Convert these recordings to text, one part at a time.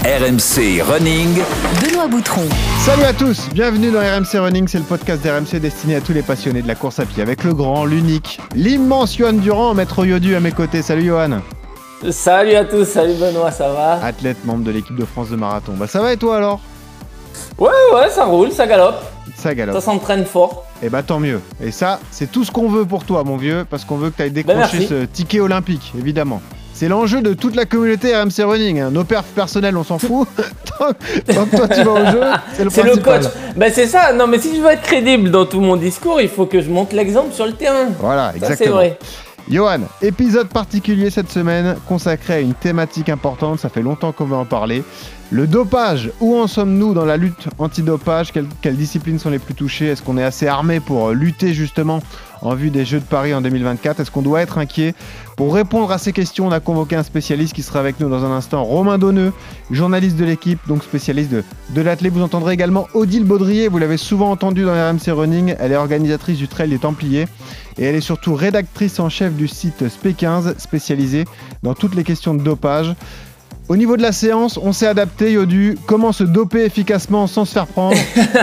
RMC Running. Benoît Boutron. Salut à tous, bienvenue dans RMC Running, c'est le podcast d'RMC destiné à tous les passionnés de la course à pied avec le grand, l'unique, l'immense Johan Durand, maître Yodu à mes côtés. Salut Johan. Salut à tous, salut Benoît, ça va? Athlète, membre de l'équipe de France de marathon. Bah ça va et toi alors? Ouais, ça roule, ça galope. Ça galope. Ça s'entraîne fort. Et bah tant mieux. Et ça, c'est tout ce qu'on veut pour toi mon vieux, parce qu'on veut que tu ailles décrocher ce ticket olympique, évidemment. C'est l'enjeu de toute la communauté RMC Running. Hein. Nos perfs personnels, on s'en fout. tant que toi tu vas au jeu, c'est le principal. C'est le coach. Bah c'est ça. Non mais si je veux être crédible dans tout mon discours, il faut que je montre l'exemple sur le terrain. Voilà, exactement. Ça, c'est vrai. Johan, épisode particulier cette semaine consacré à une thématique importante, ça fait longtemps qu'on va en parler. Le dopage, où en sommes-nous dans la lutte anti-dopage? Quelles disciplines sont les plus touchées? Est-ce qu'on est assez armé pour lutter justement en vue des Jeux de Paris en 2024? Est-ce qu'on doit être inquiet? Pour répondre à ces questions, on a convoqué un spécialiste qui sera avec nous dans un instant, Romain Donneux, journaliste de l'équipe, donc spécialiste de l'athlète. Vous entendrez également Odile Baudrier, vous l'avez souvent entendu dans RMC Running, elle est organisatrice du Trail des Templiers et elle est surtout rédactrice en chef du site Sp15, spécialisé dans toutes les questions de dopage. Au niveau de la séance, on s'est adapté, Yodu. Comment se doper efficacement sans se faire prendre?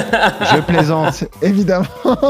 Je plaisante, évidemment.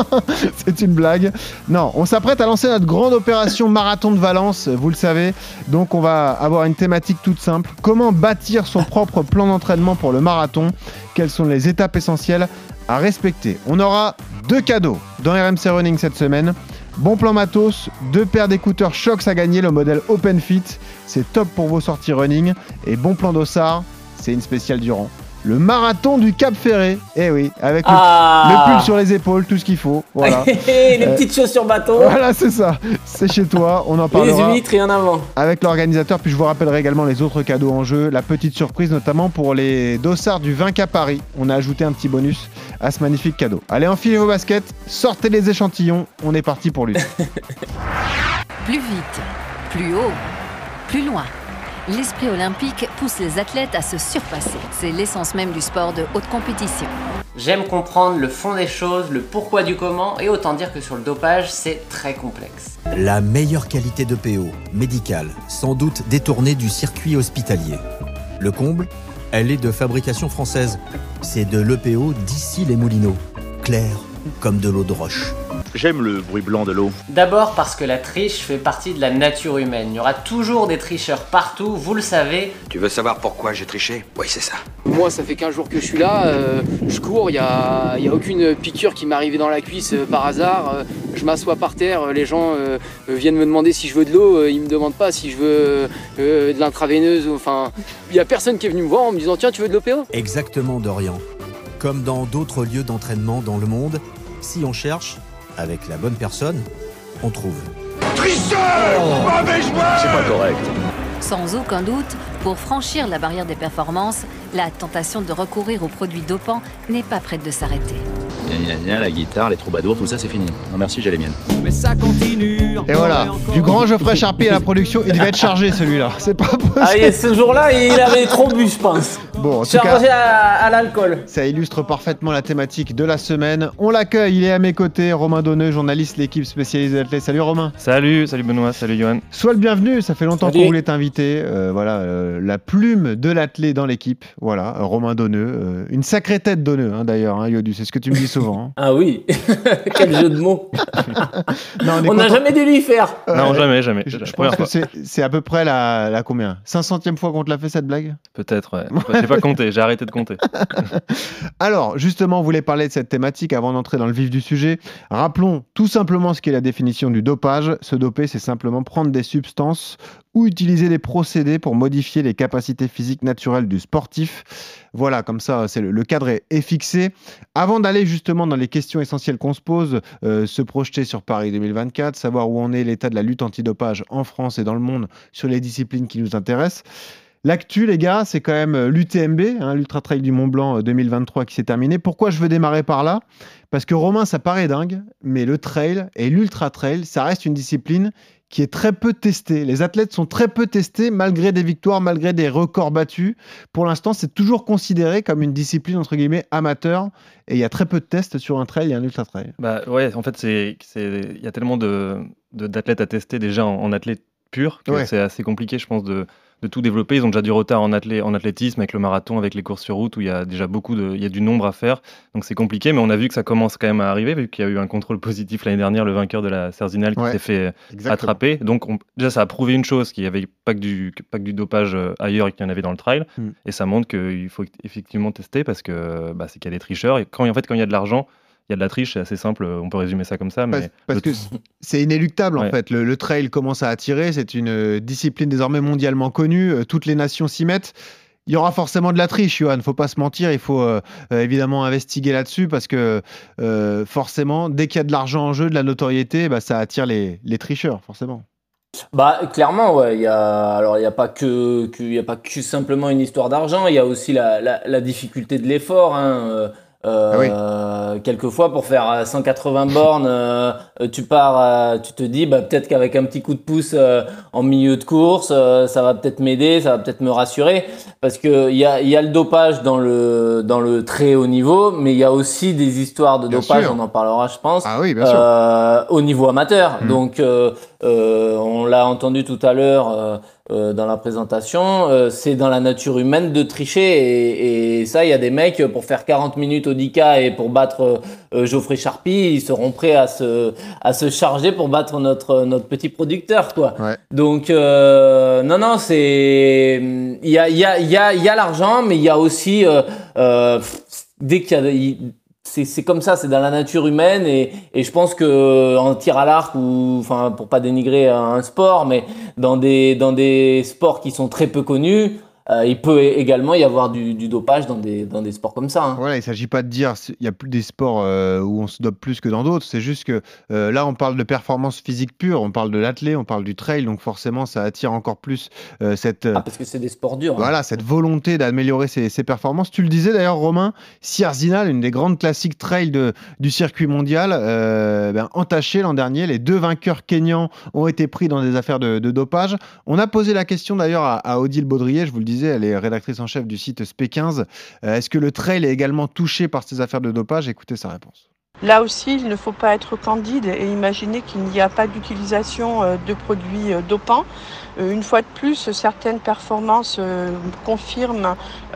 C'est une blague. Non, on s'apprête à lancer notre grande opération Marathon de Valence, vous le savez. Donc, on va avoir une thématique toute simple. Comment bâtir son propre plan d'entraînement pour le marathon? Quelles sont les étapes essentielles à respecter? On aura 2 cadeaux dans RMC Running cette semaine. Bon plan matos, 2 paires d'écouteurs Shox à gagner, le modèle Open Fit. C'est top pour vos sorties running. Et bon plan d'Ossard, c'est une spéciale Durand. Le marathon du Cap Ferré. Eh oui, avec le pull sur les épaules, tout ce qu'il faut. Voilà. Les petites chaussures bateau. Voilà, c'est ça. C'est chez toi, on en parlera. Les huîtres et en avant. Avec l'organisateur, puis je vous rappellerai également les autres cadeaux en jeu. La petite surprise, notamment pour les dossards du 20K Paris. On a ajouté un petit bonus à ce magnifique cadeau. Allez, enfilez vos baskets, sortez les échantillons. On est parti pour lutte. Plus vite, plus haut, plus loin. L'esprit olympique pousse les athlètes à se surpasser. C'est l'essence même du sport de haute compétition. J'aime comprendre le fond des choses, le pourquoi du comment, et autant dire que sur le dopage, c'est très complexe. La meilleure qualité de PO, médicale, sans doute détournée du circuit hospitalier. Le comble, elle est de fabrication française. C'est de l'EPO d'ici les Moulineaux. Clair comme de l'eau de roche. J'aime le bruit blanc de l'eau. D'abord parce que la triche fait partie de la nature humaine. Il y aura toujours des tricheurs partout, vous le savez. Tu veux savoir pourquoi j'ai triché? Oui, c'est ça. Moi, ça fait 15 jours que je suis là, je cours, il y a aucune piqûre qui m'est arrivée dans la cuisse par hasard. Je m'assois par terre, les gens viennent me demander si je veux de l'eau, ils me demandent pas si je veux de l'intraveineuse. Enfin, il y a personne qui est venu me voir en me disant tiens, tu veux de l'OPO? Exactement, Dorian. Comme dans d'autres lieux d'entraînement dans le monde, si on cherche, avec la bonne personne, on trouve. Tricheur! Mauvais joueur! C'est pas correct. Sans aucun doute, pour franchir la barrière des performances, la tentation de recourir aux produits dopants n'est pas prête de s'arrêter. La guitare, les troubadours, tout ça c'est fini. Non merci, j'ai les miennes. Mais ça continue. Et voilà, du grand Geoffrey Charpie à la production, il devait être chargé celui-là. C'est pas possible. Ah, et ce jour-là, il avait trop bu, je pense. Bon, en tout Chargé cas, à l'alcool. ça illustre parfaitement la thématique de la semaine. On l'accueille, il est à mes côtés, Romain Donneux, journaliste, l'équipe spécialisée d'athlètes. Salut Romain. Salut Benoît, salut Johan. Sois le bienvenu, ça fait longtemps Salut. qu'on voulait t'inviter. La plume de l'athlète dans l'équipe. Voilà, Romain Donneux. Une sacrée tête Donneux, d'ailleurs, Yodu, c'est ce que tu me dis souvent. Hein. Ah oui, quel jeu de mots. Non, On n'a jamais dû lui faire. Non, jamais. Je La pense première que fois. c'est à peu près la combien 500e fois qu'on te l'a fait cette blague? Peut-être, ouais. J'ai pas compté, j'ai arrêté de compter. Alors, justement, on voulait parler de cette thématique avant d'entrer dans le vif du sujet. Rappelons tout simplement ce qu'est la définition du dopage. Se doper, c'est simplement prendre des substances ou utiliser des procédés pour modifier les capacités physiques naturelles du sportif. Voilà, comme ça, le cadre est fixé. Avant d'aller justement dans les questions essentielles qu'on se pose, se projeter sur Paris 2024, savoir où en est l'état de la lutte antidopage en France et dans le monde sur les disciplines qui nous intéressent. L'actu, les gars, c'est quand même l'UTMB, l'Ultra Trail du Mont Blanc 2023 qui s'est terminé. Pourquoi je veux démarrer par là? Parce que Romain, ça paraît dingue, mais le trail et l'Ultra Trail, ça reste une discipline qui est très peu testée. Les athlètes sont très peu testés malgré des victoires, malgré des records battus. Pour l'instant, c'est toujours considéré comme une discipline entre guillemets amateur et il y a très peu de tests sur un trail et un ultra trail. Bah ouais, en fait, il y a tellement d'athlètes à tester déjà en athlète pur que c'est assez compliqué, je pense, de tout développer. Ils ont déjà du retard en athlétisme, avec le marathon, avec les courses sur route, où il y a déjà il y a du nombre à faire. Donc c'est compliqué, mais on a vu que ça commence quand même à arriver, vu qu'il y a eu un contrôle positif l'année dernière, le vainqueur de la Cerzinal qui s'est fait attraper. Donc déjà, ça a prouvé une chose, qu'il n'y avait pas que du dopage ailleurs et qu'il y en avait dans le trail. Et ça montre qu'il faut effectivement tester, parce que c'est qu'il y a des tricheurs. Et quand il y a de l'argent, il y a de la triche, c'est assez simple, on peut résumer ça comme ça. Parce que c'est inéluctable en fait. Le trail commence à attirer, c'est une discipline désormais mondialement connue, toutes les nations s'y mettent. Il y aura forcément de la triche, Johan, faut pas se mentir, il faut évidemment investiguer là-dessus, parce que forcément, dès qu'il y a de l'argent en jeu, de la notoriété, ça attire les tricheurs, forcément. Clairement, ouais. Il y a pas que simplement une histoire d'argent. Il y a aussi la difficulté de l'effort, hein. Quelquefois, pour faire 180 bornes, tu te dis peut-être qu'avec un petit coup de pouce en milieu de course, ça va peut-être m'aider, ça va peut-être me rassurer, parce que il y a le dopage dans le très haut niveau, mais il y a aussi des histoires de dopage, on en parlera, je pense, au niveau amateur. Donc on l'a entendu tout à l'heure dans la présentation, c'est dans la nature humaine de tricher, et ça, il y a des mecs, pour faire 40 minutes au 10K et pour battre Geoffrey Charpie, ils seront prêts à se charger pour battre notre petit producteur, quoi. Donc non, c'est il y a l'argent, mais il y a aussi dès qu'il y a c'est comme ça, c'est dans la nature humaine, et je pense que en tir à l'arc, ou enfin, pour pas dénigrer un sport, mais dans des sports qui sont très peu connus, il peut également y avoir du dopage dans des sports comme ça, hein. Voilà, il ne s'agit pas de dire qu'il y a plus des sports où on se dope plus que dans d'autres. C'est juste que là, on parle de performance physique pure, on parle de l'athlé, on parle du trail, donc forcément, ça attire encore plus cette. Parce que c'est des sports durs. Voilà, cette volonté d'améliorer ses performances. Tu le disais d'ailleurs, Romain, Cerzinal, une des grandes classiques trail du circuit mondial, entachée l'an dernier. Les 2 vainqueurs kényans ont été pris dans des affaires de dopage. On a posé la question d'ailleurs à Odile Baudrier, je vous le disais, elle est rédactrice en chef du site SP15. Est-ce que le trail est également touché par ces affaires de dopage ? Écoutez sa réponse. Là aussi, il ne faut pas être candide et imaginer qu'il n'y a pas d'utilisation de produits dopants. Une fois de plus, certaines performances confirment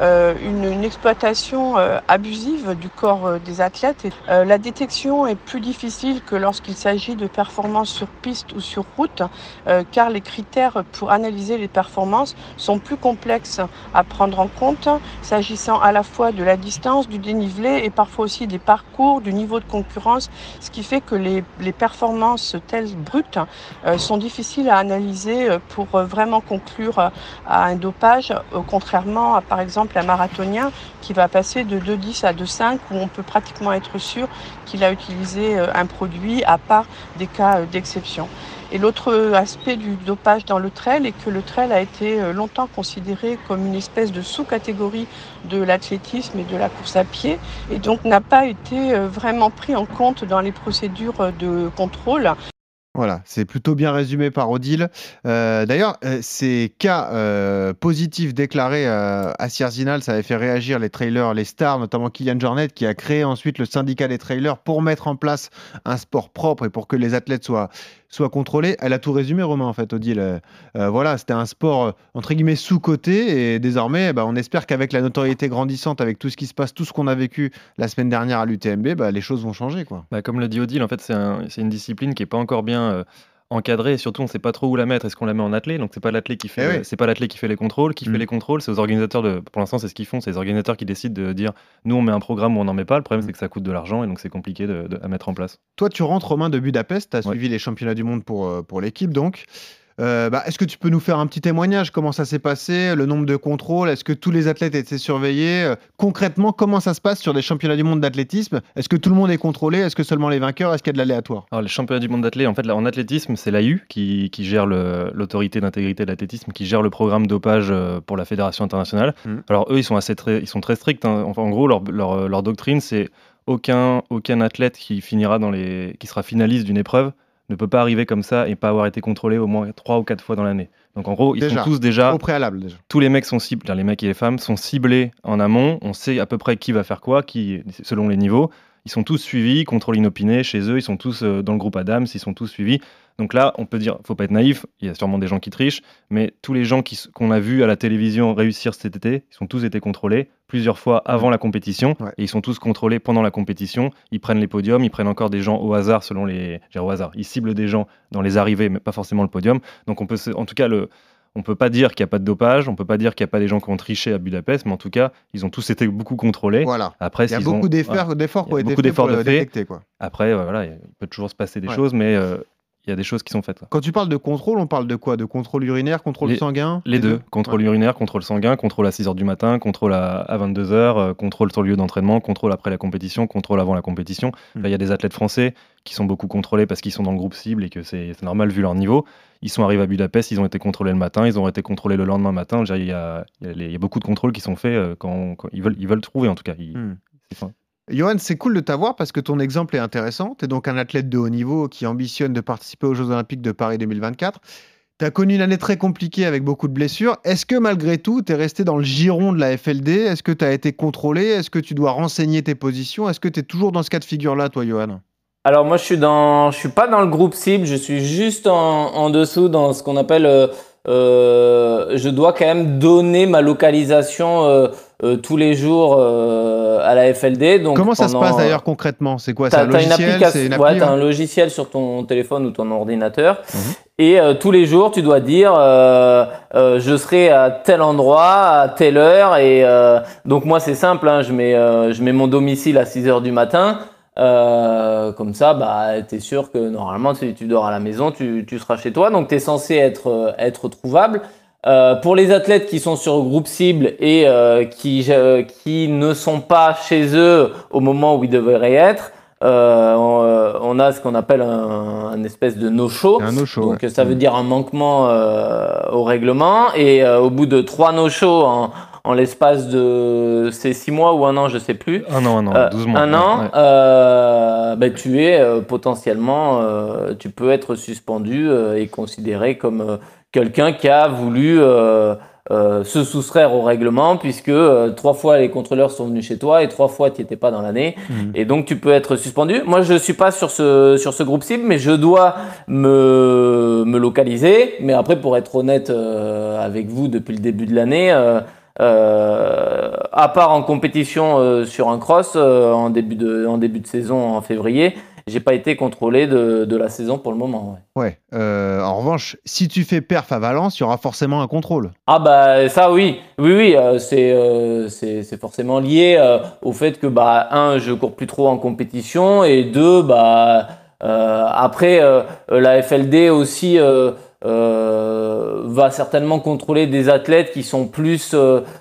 une exploitation abusive du corps des athlètes. La détection est plus difficile que lorsqu'il s'agit de performances sur piste ou sur route, car les critères pour analyser les performances sont plus complexes à prendre en compte, s'agissant à la fois de la distance, du dénivelé et parfois aussi des parcours, du niveau de concurrence, ce qui fait que les performances telles brutes sont difficiles à analyser pour vraiment conclure à un dopage, contrairement à par exemple un marathonien qui va passer de 2,10 à 2,5, où on peut pratiquement être sûr qu'il a utilisé un produit, à part des cas d'exception. Et l'autre aspect du dopage dans le trail est que le trail a été longtemps considéré comme une espèce de sous-catégorie de l'athlétisme et de la course à pied, et donc n'a pas été vraiment pris en compte dans les procédures de contrôle. Voilà, c'est plutôt bien résumé par Odile. D'ailleurs, ces cas positifs déclarés à Cerzinal, ça avait fait réagir les trailers, les stars, notamment Kilian Jornet, qui a créé ensuite le syndicat des trailers pour mettre en place un sport propre et pour que les athlètes soient contrôlés. Elle a tout résumé, Romain, en fait, Odile. Voilà, c'était un sport, entre guillemets, sous-coté, et désormais, on espère qu'avec la notoriété grandissante, avec tout ce qui se passe, tout ce qu'on a vécu la semaine dernière à l'UTMB, les choses vont changer, quoi. Comme l'a dit Odile, en fait, c'est une discipline qui n'est pas encore bien encadrée, et surtout on ne sait pas trop où la mettre. Est-ce qu'on la met en athlé ? Donc c'est pas l'athlé qui fait c'est pas l'athlé qui fait les contrôles, fait les contrôles, c'est aux organisateurs pour l'instant c'est ce qu'ils font, c'est les organisateurs qui décident de dire nous on met un programme ou on n'en met pas. Le problème c'est que ça coûte de l'argent, et donc c'est compliqué à mettre en place. Toi tu rentres, Romain, de Budapest, tu as suivi les championnats du monde pour l'équipe, donc est-ce que tu peux nous faire un petit témoignage ? Comment ça s'est passé ? Le nombre de contrôles ? Est-ce que tous les athlètes étaient surveillés ? Concrètement, comment ça se passe sur des championnats du monde d'athlétisme ? Est-ce que tout le monde est contrôlé ? Est-ce que seulement les vainqueurs ? Est-ce qu'il y a de l'aléatoire ? Alors, les championnats du monde d'athlétisme, en fait, en athlétisme, c'est l'AU qui gère l'autorité d'intégrité de l'athlétisme, qui gère le programme dopage pour la fédération internationale. Alors eux, ils sont très stricts, hein. En gros, leur doctrine, c'est aucun athlète qui sera finaliste d'une épreuve ne peut pas arriver comme ça et pas avoir été contrôlé au moins 3 ou 4 fois dans l'année. Donc en gros, ils sont tous déjà... Au préalable, déjà. Tous les mecs sont ciblés, les mecs et les femmes sont ciblés en amont. On sait à peu près qui va faire quoi, selon les niveaux. ils sont tous suivis, contrôle inopiné chez eux, ils sont tous dans le groupe Adams, ils sont tous suivis. Donc là, on peut dire, faut pas être naïf, il y a sûrement des gens qui trichent, mais tous les gens qu'on a vus à la télévision réussir cet été, ils ont tous été contrôlés plusieurs fois avant la compétition, et ils sont tous contrôlés pendant la compétition. Ils prennent les podiums, ils prennent encore des gens au hasard ils ciblent des gens dans les arrivées, mais pas forcément le podium. Donc on peut, en tout cas, on peut pas dire qu'il n'y a pas de dopage, on peut pas dire qu'il n'y a pas des gens qui ont triché à Budapest, mais en tout cas, ils ont tous été beaucoup contrôlés. Voilà. Après, il y a beaucoup d'efforts qui ont été faits pour le détecter, quoi. Après, voilà, il peut toujours se passer des choses, mais il y a des choses qui sont faites. Quand tu parles de contrôle, on parle de quoi? De contrôle urinaire, contrôle sanguin? Les deux. Contrôle urinaire, contrôle sanguin, contrôle à 6h du matin, contrôle à 22h, contrôle sur le lieu d'entraînement, contrôle après la compétition, contrôle avant la compétition. Là, il y a des athlètes français qui sont beaucoup contrôlés parce qu'ils sont dans le groupe cible et que c'est normal vu leur niveau. Ils sont arrivés à Budapest, ils ont été contrôlés le matin, ils ont été contrôlés le lendemain matin. Il y a beaucoup de contrôles qui sont faits quand ils veulent trouver, en tout cas. C'est fin. Johan, c'est cool de t'avoir parce que ton exemple est intéressant. Tu es donc un athlète de haut niveau qui ambitionne de participer aux Jeux Olympiques de Paris 2024. Tu as connu une année très compliquée avec beaucoup de blessures. Est-ce que malgré tout, tu es resté dans le giron de la FLD? Est-ce que tu as été contrôlé? Est-ce que tu dois renseigner tes positions? Est-ce que tu es toujours dans ce cas de figure-là, toi, Johan? Alors moi, je suis pas dans le groupe cible. Je suis juste en dessous dans ce qu'on appelle... je dois quand même donner ma localisation tous les jours à la FLD. Donc comment ça se passe d'ailleurs concrètement? C'est quoi? C'est un logiciel? T'as un logiciel sur ton téléphone ou ton ordinateur. Et tous les jours, tu dois dire je serai à tel endroit, à telle heure. Et donc moi, c'est simple, hein, je mets mon domicile à 6h du matin. Comme ça, t'es sûr que normalement, si tu dors à la maison, tu seras chez toi. Donc, t'es censé être trouvable. Pour les athlètes qui sont sur groupe cible et qui ne sont pas chez eux au moment où ils devraient être, on a ce qu'on appelle un espèce de no-show. Un no-show. Donc, ça veut dire un manquement au règlement. Et au bout de 3 no-shows en l'espace de 6 mois ou 1 an, je sais plus. 1 an, 12 mois. 1 an, tu es potentiellement, tu peux être suspendu et considéré comme quelqu'un qui a voulu se soustraire au règlement, puisque 3 fois les contrôleurs sont venus chez toi et 3 fois tu n'y étais pas dans l'année. Et donc tu peux être suspendu. Moi, je suis pas sur ce groupe cible, mais je dois me localiser. Mais après, pour être honnête avec vous, depuis le début de l'année, à part en compétition sur un cross en début de saison en février, j'ai pas été contrôlé de la saison pour le moment. En revanche, si tu fais perf à Valence, il y aura forcément un contrôle. Ah ça oui, c'est forcément lié au fait que 1, je cours plus trop en compétition, et 2, après la FLD aussi va certainement contrôler des athlètes qui sont plus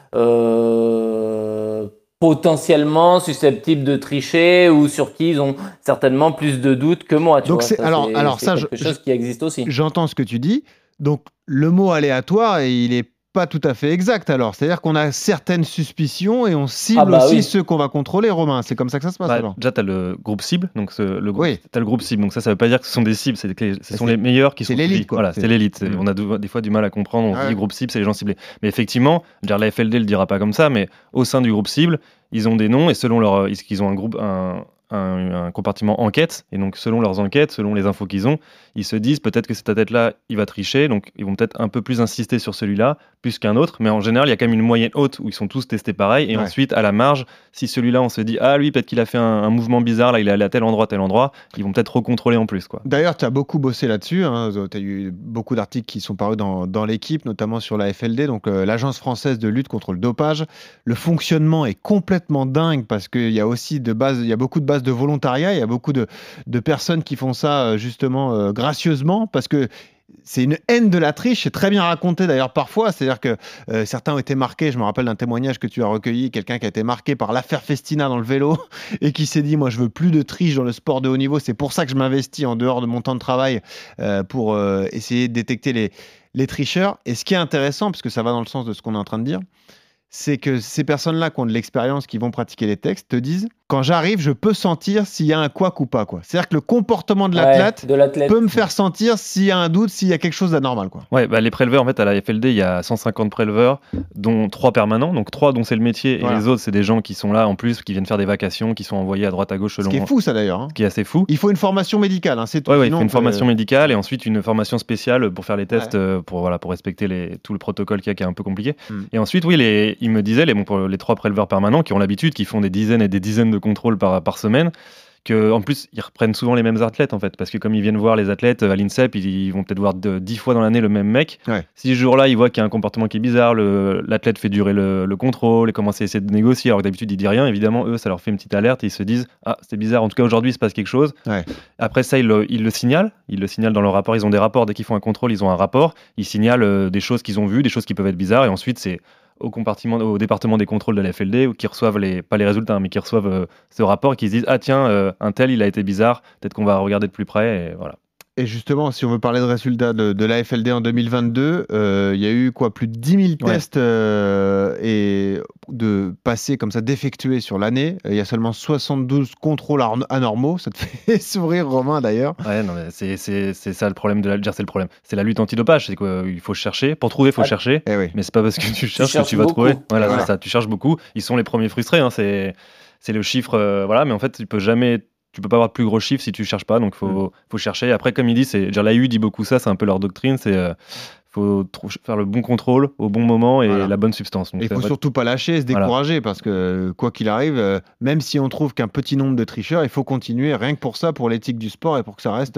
potentiellement susceptibles de tricher ou sur qui ils ont certainement plus de doutes que moi. Donc c'est quelque chose qui existe aussi. J'entends ce que tu dis. Donc le mot aléatoire, il est pas tout à fait exact alors. C'est-à-dire qu'on a certaines suspicions et on cible aussi ceux qu'on va contrôler, Romain. C'est comme ça que ça se passe alors. Déjà, tu as le groupe cible. Donc t'as le groupe cible. Donc ça veut pas dire que ce sont des cibles. Ce sont les meilleurs qui sont suivis. C'est l'élite, quoi. Voilà, c'est l'élite. On a des fois du mal à comprendre. On dit groupe cible, c'est les gens ciblés. Mais effectivement, la FLD le dira pas comme ça, mais au sein du groupe cible, ils ont des noms et selon ils ont un compartiment enquête, et donc selon leurs enquêtes, selon les infos qu'ils ont, ils se disent peut-être que cet athlète-là, il va tricher, donc ils vont peut-être un peu plus insister sur celui-là, plus qu'un autre, mais en général, il y a quand même une moyenne haute où ils sont tous testés pareil, et ensuite, à la marge, si celui-là, on se dit, lui, peut-être qu'il a fait un mouvement bizarre, là, il est allé à tel endroit, ils vont peut-être recontrôler en plus, quoi. D'ailleurs, tu as beaucoup bossé là-dessus, tu as eu beaucoup d'articles qui sont parus dans l'équipe, notamment sur la FLD, donc l'Agence française de lutte contre le dopage. Le fonctionnement est complètement dingue, parce qu'il y a aussi il y a beaucoup de bases de volontariat, il y a beaucoup de personnes qui font ça justement gracieusement, parce que c'est une haine de la triche, c'est très bien raconté d'ailleurs parfois, c'est-à-dire que certains ont été marqués, je me rappelle d'un témoignage que tu as recueilli, quelqu'un qui a été marqué par l'affaire Festina dans le vélo et qui s'est dit, moi je veux plus de triche dans le sport de haut niveau, c'est pour ça que je m'investis en dehors de mon temps de travail pour essayer de détecter les tricheurs. Et ce qui est intéressant, parce que ça va dans le sens de ce qu'on est en train de dire, c'est que ces personnes-là qui ont de l'expérience, qui vont pratiquer les textes, te disent, quand j'arrive, je peux sentir s'il y a un couac ou pas, quoi. C'est-à-dire que le comportement de l'athlète peut me faire sentir s'il y a un doute, s'il y a quelque chose d'anormal, quoi. Ouais, bah, les préleveurs, en fait, à la FLD, il y a 150 préleveurs, dont 3 permanents, donc 3 dont c'est le métier, et les autres, c'est des gens qui sont là en plus, qui viennent faire des vacations, qui sont envoyés à droite à gauche selon. Ce qui est fou, ça d'ailleurs. Ce qui est assez fou. Il faut une formation médicale, hein, c'est tout. Ouais, il faut une formation médicale et ensuite une formation spéciale pour faire les tests, pour respecter tout le protocole qui est un peu compliqué. Et ensuite, oui, il me disait, pour les 3 préleveurs permanents qui ont l'habitude, qui font des dizaines et des dizaines de contrôles par semaine, qu'en plus, ils reprennent souvent les mêmes athlètes, en fait, parce que comme ils viennent voir les athlètes à l'INSEP, ils vont peut-être voir 10 fois dans l'année le même mec. Si ce jour-là, ils voient qu'il y a un comportement qui est bizarre, l'athlète fait durer le contrôle et commence à essayer de négocier, alors que d'habitude, il dit rien. Évidemment, eux, ça leur fait une petite alerte et ils se disent « Ah, c'est bizarre, en tout cas, aujourd'hui, il se passe quelque chose. » Après ça, ils le signalent. Ils le signalent dans leur rapport. Ils ont des rapports. Dès qu'ils font un contrôle, ils ont un rapport. Ils signalent des choses qu'ils ont vues, des choses qui peuvent être bizarres. Et ensuite, c'est au département des contrôles de la FLD qui reçoivent pas les résultats, mais qui reçoivent ce rapport et qui se disent « Ah tiens, un tel, il a été bizarre. Peut-être qu'on va regarder de plus près. » Et voilà. Et justement, si on veut parler de résultats de la FLD en 2022, il y a eu plus de 10 000 tests et de passés comme ça, d'effectués sur l'année. Il y a seulement 72 contrôles anormaux. Ça te fait sourire, Romain, d'ailleurs. Ouais, non, mais c'est ça le problème de l'Algérie, c'est le problème. C'est la lutte antidopage. C'est quoi, il faut chercher. Pour trouver, il faut chercher. Mais c'est pas parce que tu cherches que tu vas trouver. Voilà, c'est ça. Tu cherches beaucoup. Ils sont les premiers frustrés. Hein, c'est le chiffre. Voilà, mais en fait, tu peux pas avoir de plus gros chiffres si tu cherches pas, donc faut chercher. Et après, comme il dit, l'AU dit beaucoup ça, c'est un peu leur doctrine, c'est faut faire le bon contrôle au bon moment et la bonne substance. Donc, il faut surtout pas lâcher et se décourager parce que quoi qu'il arrive, même si on trouve qu'un petit nombre de tricheurs, il faut continuer rien que pour ça, pour l'éthique du sport et pour que ça reste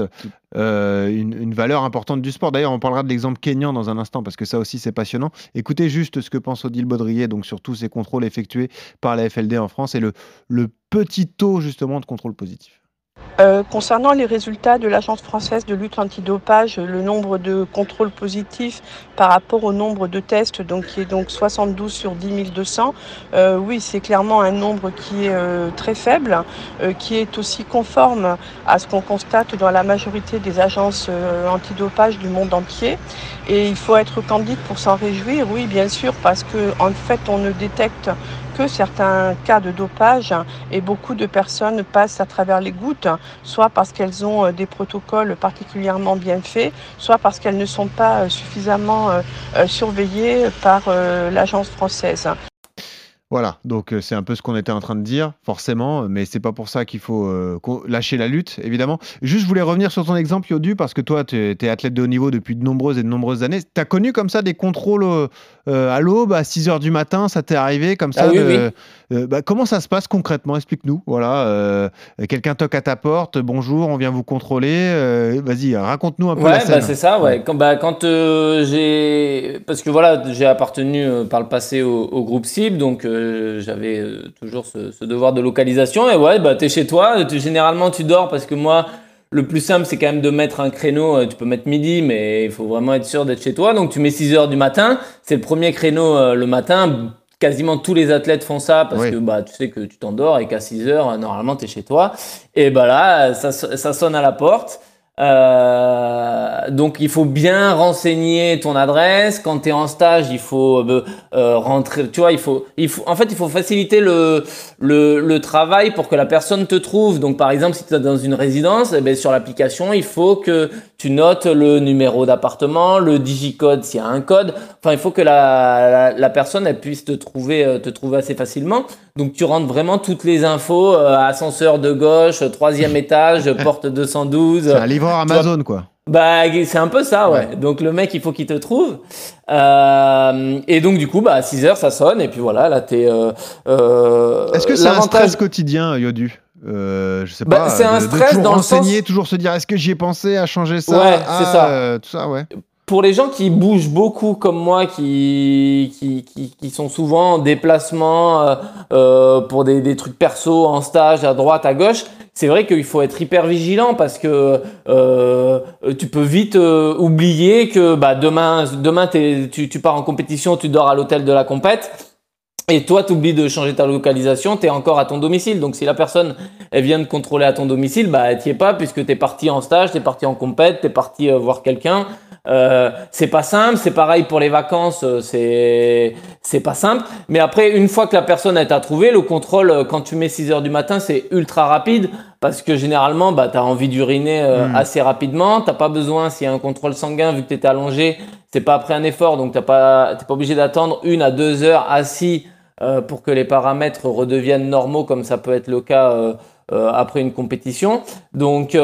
une valeur importante du sport. D'ailleurs, on parlera de l'exemple kényan dans un instant parce que ça aussi c'est passionnant. Écoutez juste ce que pense Odile Baudrier donc sur tous ces contrôles effectués par la FLD en France et le petit taux justement de contrôle positif. Concernant les résultats de l'Agence française de lutte antidopage, le nombre de contrôles positifs par rapport au nombre de tests, qui est donc 72 sur 10 200, oui, c'est clairement un nombre qui est très faible, qui est aussi conforme à ce qu'on constate dans la majorité des agences antidopage du monde entier. Et il faut être candide pour s'en réjouir, oui, bien sûr, parce qu'en fait, on ne détecte que certains cas de dopage et beaucoup de personnes passent à travers les gouttes, soit parce qu'elles ont des protocoles particulièrement bien faits, soit parce qu'elles ne sont pas suffisamment surveillées par l'agence française. Voilà, donc c'est un peu ce qu'on était en train de dire, forcément, mais c'est pas pour ça qu'il faut lâcher la lutte, évidemment. Juste, je voulais revenir sur ton exemple, Yodu, parce que toi, tu es athlète de haut niveau depuis de nombreuses années. Tu as connu comme ça des contrôles à l'aube, à 6h du matin, ça t'est arrivé comme ça oui. Comment ça se passe concrètement? Explique-nous. Voilà, quelqu'un toque à ta porte, bonjour, on vient vous contrôler. Vas-y, raconte-nous un peu la scène. C'est ça, ouais. Quand parce que voilà, j'ai appartenu par le passé au groupe cible, donc j'avais toujours ce devoir de localisation. Et t'es chez toi, généralement tu dors parce que moi, le plus simple, c'est quand même de mettre un créneau. Tu peux mettre midi, mais il faut vraiment être sûr d'être chez toi. Donc tu mets 6h du matin, c'est le premier créneau le matin. Quasiment tous les athlètes font ça parce que tu sais que tu t'endors et qu'à 6h, normalement, tu es chez toi. Et là, ça sonne à la porte. Donc il faut bien renseigner ton adresse. Quand tu es en stage, il faut rentrer, tu vois, il faut faciliter le travail pour que la personne te trouve. Donc par exemple, si tu es dans une résidence, sur l'application, il faut que tu notes le numéro d'appartement, le digicode s'il y a un code. Enfin, il faut que la personne elle puisse te trouver assez facilement. Donc tu rentres vraiment toutes les infos, ascenseur de gauche, 3e étage, porte 212. C'est un livreur Amazon, quoi. C'est un peu ça, ouais. Donc le mec, il faut qu'il te trouve. Et donc du coup, à 6h, ça sonne. Et puis voilà, là, t'es... Est-ce que c'est un stress quotidien, Yodu? Je sais pas. C'est un stress toujours dans renseigner, le sens... toujours se dire, est-ce que j'y ai pensé à changer ça? Ouais, c'est ça. Tout ça, ouais. Pour les gens qui bougent beaucoup comme moi, qui sont souvent en déplacement pour des trucs perso, en stage, à droite, à gauche, c'est vrai qu'il faut être hyper vigilant parce que tu peux vite oublier que demain tu pars en compétition, tu dors à l'hôtel de la compète. Et toi, tu oublies de changer ta localisation, tu es encore à ton domicile. Donc, si la personne elle vient de contrôler à ton domicile, elle t'y est pas puisque tu es parti en stage, tu es parti en compète, tu es parti voir quelqu'un. C'est pas simple, c'est pareil pour les vacances, c'est pas simple. Mais après, une fois que la personne a trouvé, le contrôle, quand tu mets 6h du matin, c'est ultra rapide parce que généralement, t'as envie d'uriner assez rapidement. T'as pas besoin, s'il y a un contrôle sanguin, vu que t'étais allongé, c'est pas après un effort, donc t'es pas obligé d'attendre 1 à 2 heures assis pour que les paramètres redeviennent normaux, comme ça peut être le cas après une compétition. Donc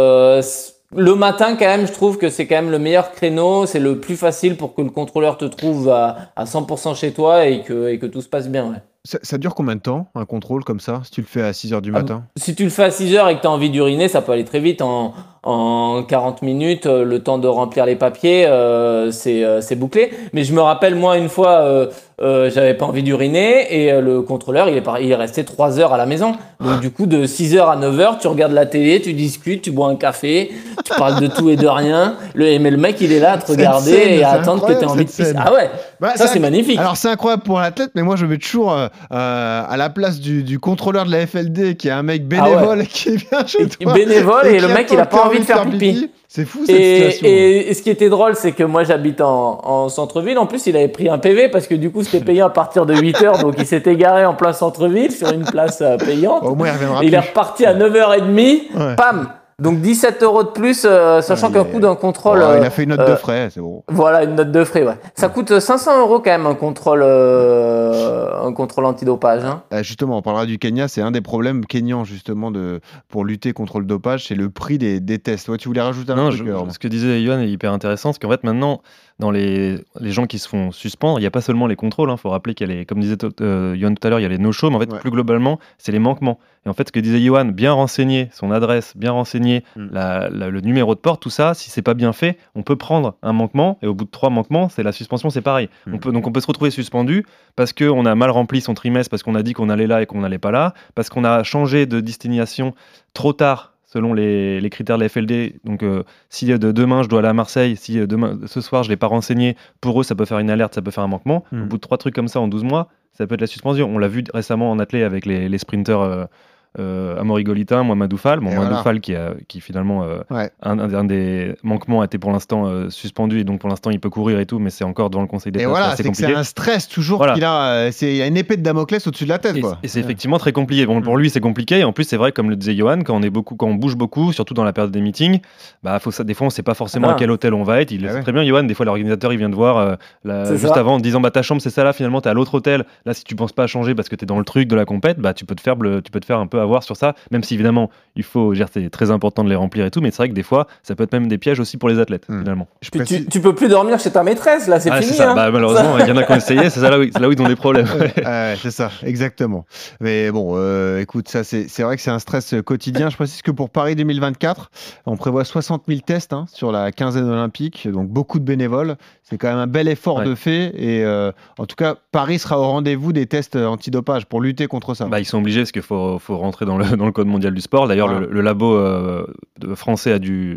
le matin, quand même, je trouve que c'est quand même le meilleur créneau. C'est le plus facile pour que le contrôleur te trouve à 100% chez toi et que tout se passe bien. Ouais. Ça dure combien de temps, un contrôle comme ça, si tu le fais à 6h du matin? Si tu le fais à 6h et que tu as envie d'uriner, ça peut aller très vite. En 40 minutes, le temps de remplir les papiers, c'est bouclé. Mais je me rappelle, moi, une fois, j'avais pas envie d'uriner et le contrôleur, il est resté 3 heures à la maison. Donc, du coup, de 6h à 9h, tu regardes la télé, tu discutes, tu bois un café, tu parles de tout et de rien. Mais le mec, il est là à te regarder et à attendre que tu aies envie de pisser. Ah ouais, ça, c'est magnifique. Alors, c'est incroyable pour l'athlète, mais moi, je mets toujours à la place du contrôleur de la FLD, qui est un mec bénévole qui vient chez toi. Bénévole et le mec, il a pas envie de faire pipi. C'est fou cette situation. Et ce qui était drôle, c'est que moi j'habite en centre-ville. En plus, il avait pris un PV parce que du coup, c'était payant à partir de 8h. Donc, il s'était garé en plein centre-ville sur une place payante. Au moins, il reviendra il est reparti à 9h30. Pam! Donc 17 € de plus, sachant qu'un coût d'un contrôle. Il a fait une note de frais, c'est bon. Voilà, une note de frais, ouais. Ça coûte 500 € quand même un contrôle antidopage. Hein. Justement, on parlera du Kenya. C'est un des problèmes kenyans justement pour lutter contre le dopage, c'est le prix des tests. Ouais, tu voulais rajouter un truc? Ce que disait Yohan est hyper intéressant, parce qu'en fait maintenant, dans les gens qui se font suspendre, il n'y a pas seulement les contrôles. Il faut rappeler qu'il y a comme disait Yohan tout à l'heure, il y a les no-shows, mais en fait plus globalement, c'est les manquements. Et en fait, ce que disait Yohan, bien renseigner son adresse, bien renseigner le numéro de porte, tout ça, si c'est pas bien fait, on peut prendre un manquement et au bout de 3 manquements, c'est la suspension, c'est pareil. Donc on peut se retrouver suspendu parce qu'on a mal rempli son trimestre, parce qu'on a dit qu'on allait là et qu'on n'allait pas là, parce qu'on a changé de destination trop tard selon les critères de la FLD. Donc si demain je dois aller à Marseille, si ce soir je ne l'ai pas renseigné, pour eux ça peut faire une alerte, ça peut faire un manquement. Au bout de 3 trucs comme ça en 12 mois, ça peut être la suspension. On l'a vu récemment en athlée avec les sprinters Amaury Golitin, Mohamed Oufal. Mohamed Oufal qui finalement un des manquements a été pour l'instant suspendu et donc pour l'instant il peut courir et tout, mais c'est encore devant le conseil d'État. Et voilà, c'est un stress toujours qu'il a. Il y a une épée de Damoclès au-dessus de la tête. Et c'est effectivement très compliqué. Bon, pour lui c'est compliqué et en plus c'est vrai, comme le disait Yohan, quand on bouge beaucoup, surtout dans la période des meetings, des fois on sait pas forcément à quel hôtel on va être. Il le sait très bien, Yohan. Des fois l'organisateur il vient te voir juste avant en te disant ta chambre c'est ça là, finalement t'es à l'autre hôtel. Là si tu penses pas à changer parce que t'es dans le truc de la compète, tu peux te faire un peu avoir sur ça. Même si évidemment c'est très important de les remplir et tout, mais c'est vrai que des fois ça peut être même des pièges aussi pour les athlètes finalement. Tu peux plus dormir chez ta maîtresse là, c'est fini. C'est ça. Malheureusement il y en a qui ont essayé, c'est là où ils ont des problèmes. C'est ça, exactement. Mais bon, écoute, ça c'est vrai que c'est un stress quotidien. Je précise que pour Paris 2024, on prévoit 60 000 tests sur la quinzaine olympique, donc beaucoup de bénévoles. C'est quand même un bel effort de fait et en tout cas Paris sera au rendez-vous des tests antidopage pour lutter contre ça. Ils sont obligés parce qu'il faut rentrer dans le code mondial du sport. D'ailleurs, le labo français a dû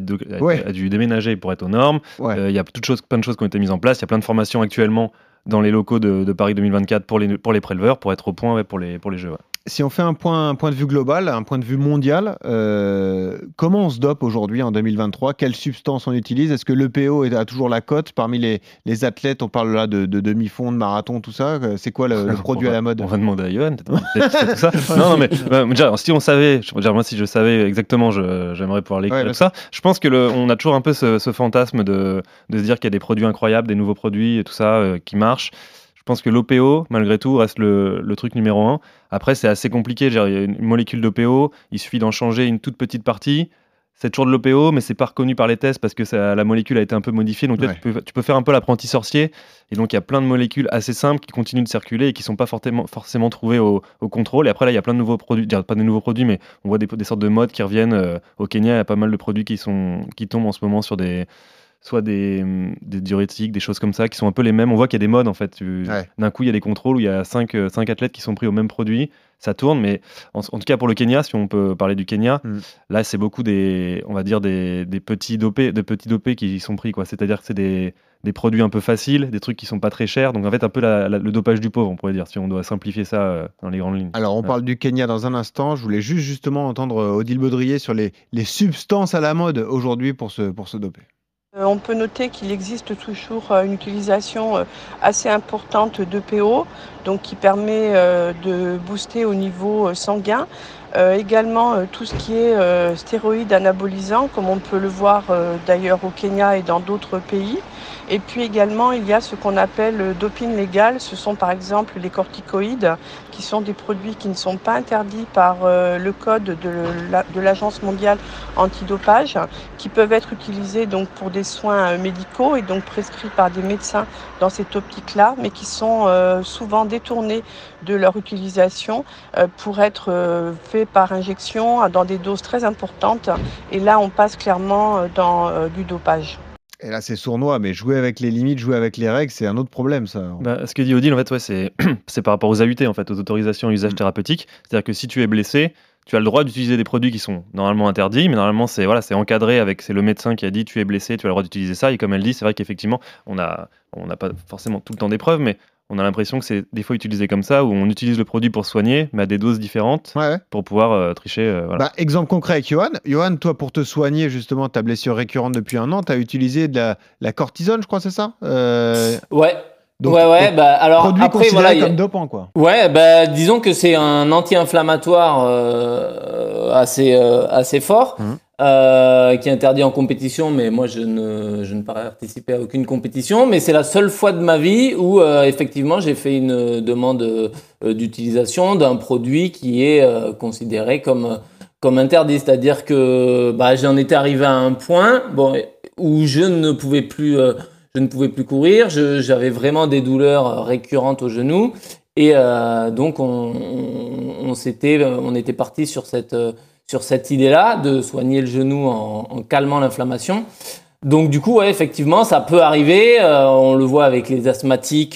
déménager pour être aux normes. Il y a plein de choses qui ont été mises en place. Il y a plein de formations actuellement dans les locaux de Paris 2024 pour les préleveurs, pour être au point pour les Jeux. Ouais. Si on fait un point de vue global, un point de vue mondial, comment on se dope aujourd'hui en 2023? Quelles substances on utilise? Est-ce que l'EPO a toujours la cote parmi les athlètes? On parle là de demi-fond, de marathon, tout ça. C'est quoi le produit à la mode? On va demander à Yohan, c'est tout ça. Non, mais déjà, si on savait, moi si je savais exactement, j'aimerais pouvoir l'écrire tout ça. Je pense on a toujours un peu ce fantasme de se dire qu'il y a des produits incroyables, des nouveaux produits et tout ça qui marchent. Je pense que l'OPO, malgré tout, reste le truc numéro 1. Après, c'est assez compliqué. Il y a une molécule d'OPO, il suffit d'en changer une toute petite partie. C'est toujours de l'OPO, mais c'est pas reconnu par les tests parce que la molécule a été un peu modifiée. Donc là, tu peux faire un peu l'apprenti sorcier. Et donc, il y a plein de molécules assez simples qui continuent de circuler et qui sont pas forcément trouvées au contrôle. Et après, là, il y a plein de nouveaux produits. Pas de nouveaux produits, mais on voit des sortes de modes qui reviennent. Au Kenya, il y a pas mal de produits qui tombent en ce moment sur soit des diurétiques, des choses comme ça, qui sont un peu les mêmes. On voit qu'il y a des modes, en fait. D'un coup, il y a des contrôles où il y a 5 athlètes qui sont pris au même produit. Ça tourne, mais en tout cas, pour le Kenya, si on peut parler du Kenya, là, c'est beaucoup des petits dopés qui sont pris, quoi. C'est-à-dire que c'est des produits un peu faciles, des trucs qui sont pas très chers. Donc, en fait, un peu le dopage du pauvre, on pourrait dire, si on doit simplifier ça dans les grandes lignes. Alors, on parle du Kenya dans un instant. Je voulais justement entendre Odile Baudrier sur les substances à la mode aujourd'hui pour se doper. On peut noter qu'il existe toujours une utilisation assez importante d'EPO, donc qui permet de booster au niveau sanguin. Également tout ce qui est stéroïdes anabolisants, comme on peut le voir d'ailleurs au Kenya et dans d'autres pays. Et puis également, il y a ce qu'on appelle le doping légal. Ce sont par exemple les corticoïdes, qui sont des produits qui ne sont pas interdits par le code de l'Agence mondiale antidopage, qui peuvent être utilisés donc pour des soins médicaux et donc prescrits par des médecins dans cette optique-là, mais qui sont souvent détournés de leur utilisation pour être faits par injection dans des doses très importantes. Et là, on passe clairement dans du dopage. Et là, c'est sournois, mais jouer avec les limites, jouer avec les règles, c'est un autre problème, ça. Ce que dit Odile, en fait, c'est par rapport aux AUT, en fait, aux autorisations à usage thérapeutique. C'est-à-dire que si tu es blessé, tu as le droit d'utiliser des produits qui sont normalement interdits, mais normalement, c'est encadré c'est le médecin qui a dit tu es blessé, tu as le droit d'utiliser ça. Et comme elle dit, c'est vrai qu'effectivement, on n'a pas forcément tout le temps des preuves, mais on a l'impression que c'est des fois utilisé comme ça, où on utilise le produit pour soigner, mais à des doses différentes, pour pouvoir tricher. Voilà. Exemple concret avec Johan. Johan, toi, pour te soigner justement ta blessure récurrente depuis un an, tu as utilisé de la cortisone, je crois, c'est ça Ouais. Donc, alors produit après, considéré comme dopant, quoi. Ouais, disons que c'est un anti-inflammatoire assez fort. Qui est interdit en compétition, mais moi je ne participais à aucune compétition, mais c'est la seule fois de ma vie où effectivement j'ai fait une demande d'utilisation d'un produit qui est considéré comme interdit, c'est-à-dire que j'en étais arrivé à un point où je ne pouvais plus courir, j'avais vraiment des douleurs récurrentes au genou et donc on était parti sur cette idée-là de soigner le genou en calmant l'inflammation. Donc du coup, effectivement, ça peut arriver. On le voit avec les asthmatiques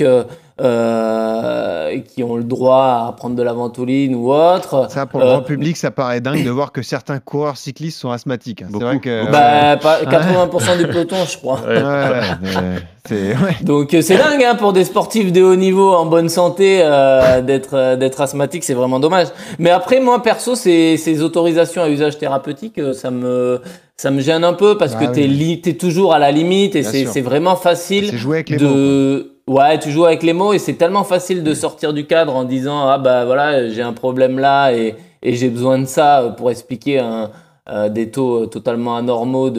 qui ont le droit à prendre de la ventoline ou autre. Ça, pour le grand public, ça paraît dingue de voir que certains coureurs cyclistes sont asthmatiques. C'est vrai que 80% du peloton, je crois. Donc c'est dingue pour des sportifs de haut niveau en bonne santé d'être asthmatique, c'est vraiment dommage. Mais après, moi perso, ces autorisations à usage thérapeutique, ça me gêne un peu parce que t'es toujours à la limite et c'est vraiment facile mots. Tu joues avec les mots et c'est tellement facile de sortir du cadre en disant j'ai un problème là et j'ai besoin de ça pour expliquer des taux totalement anormaux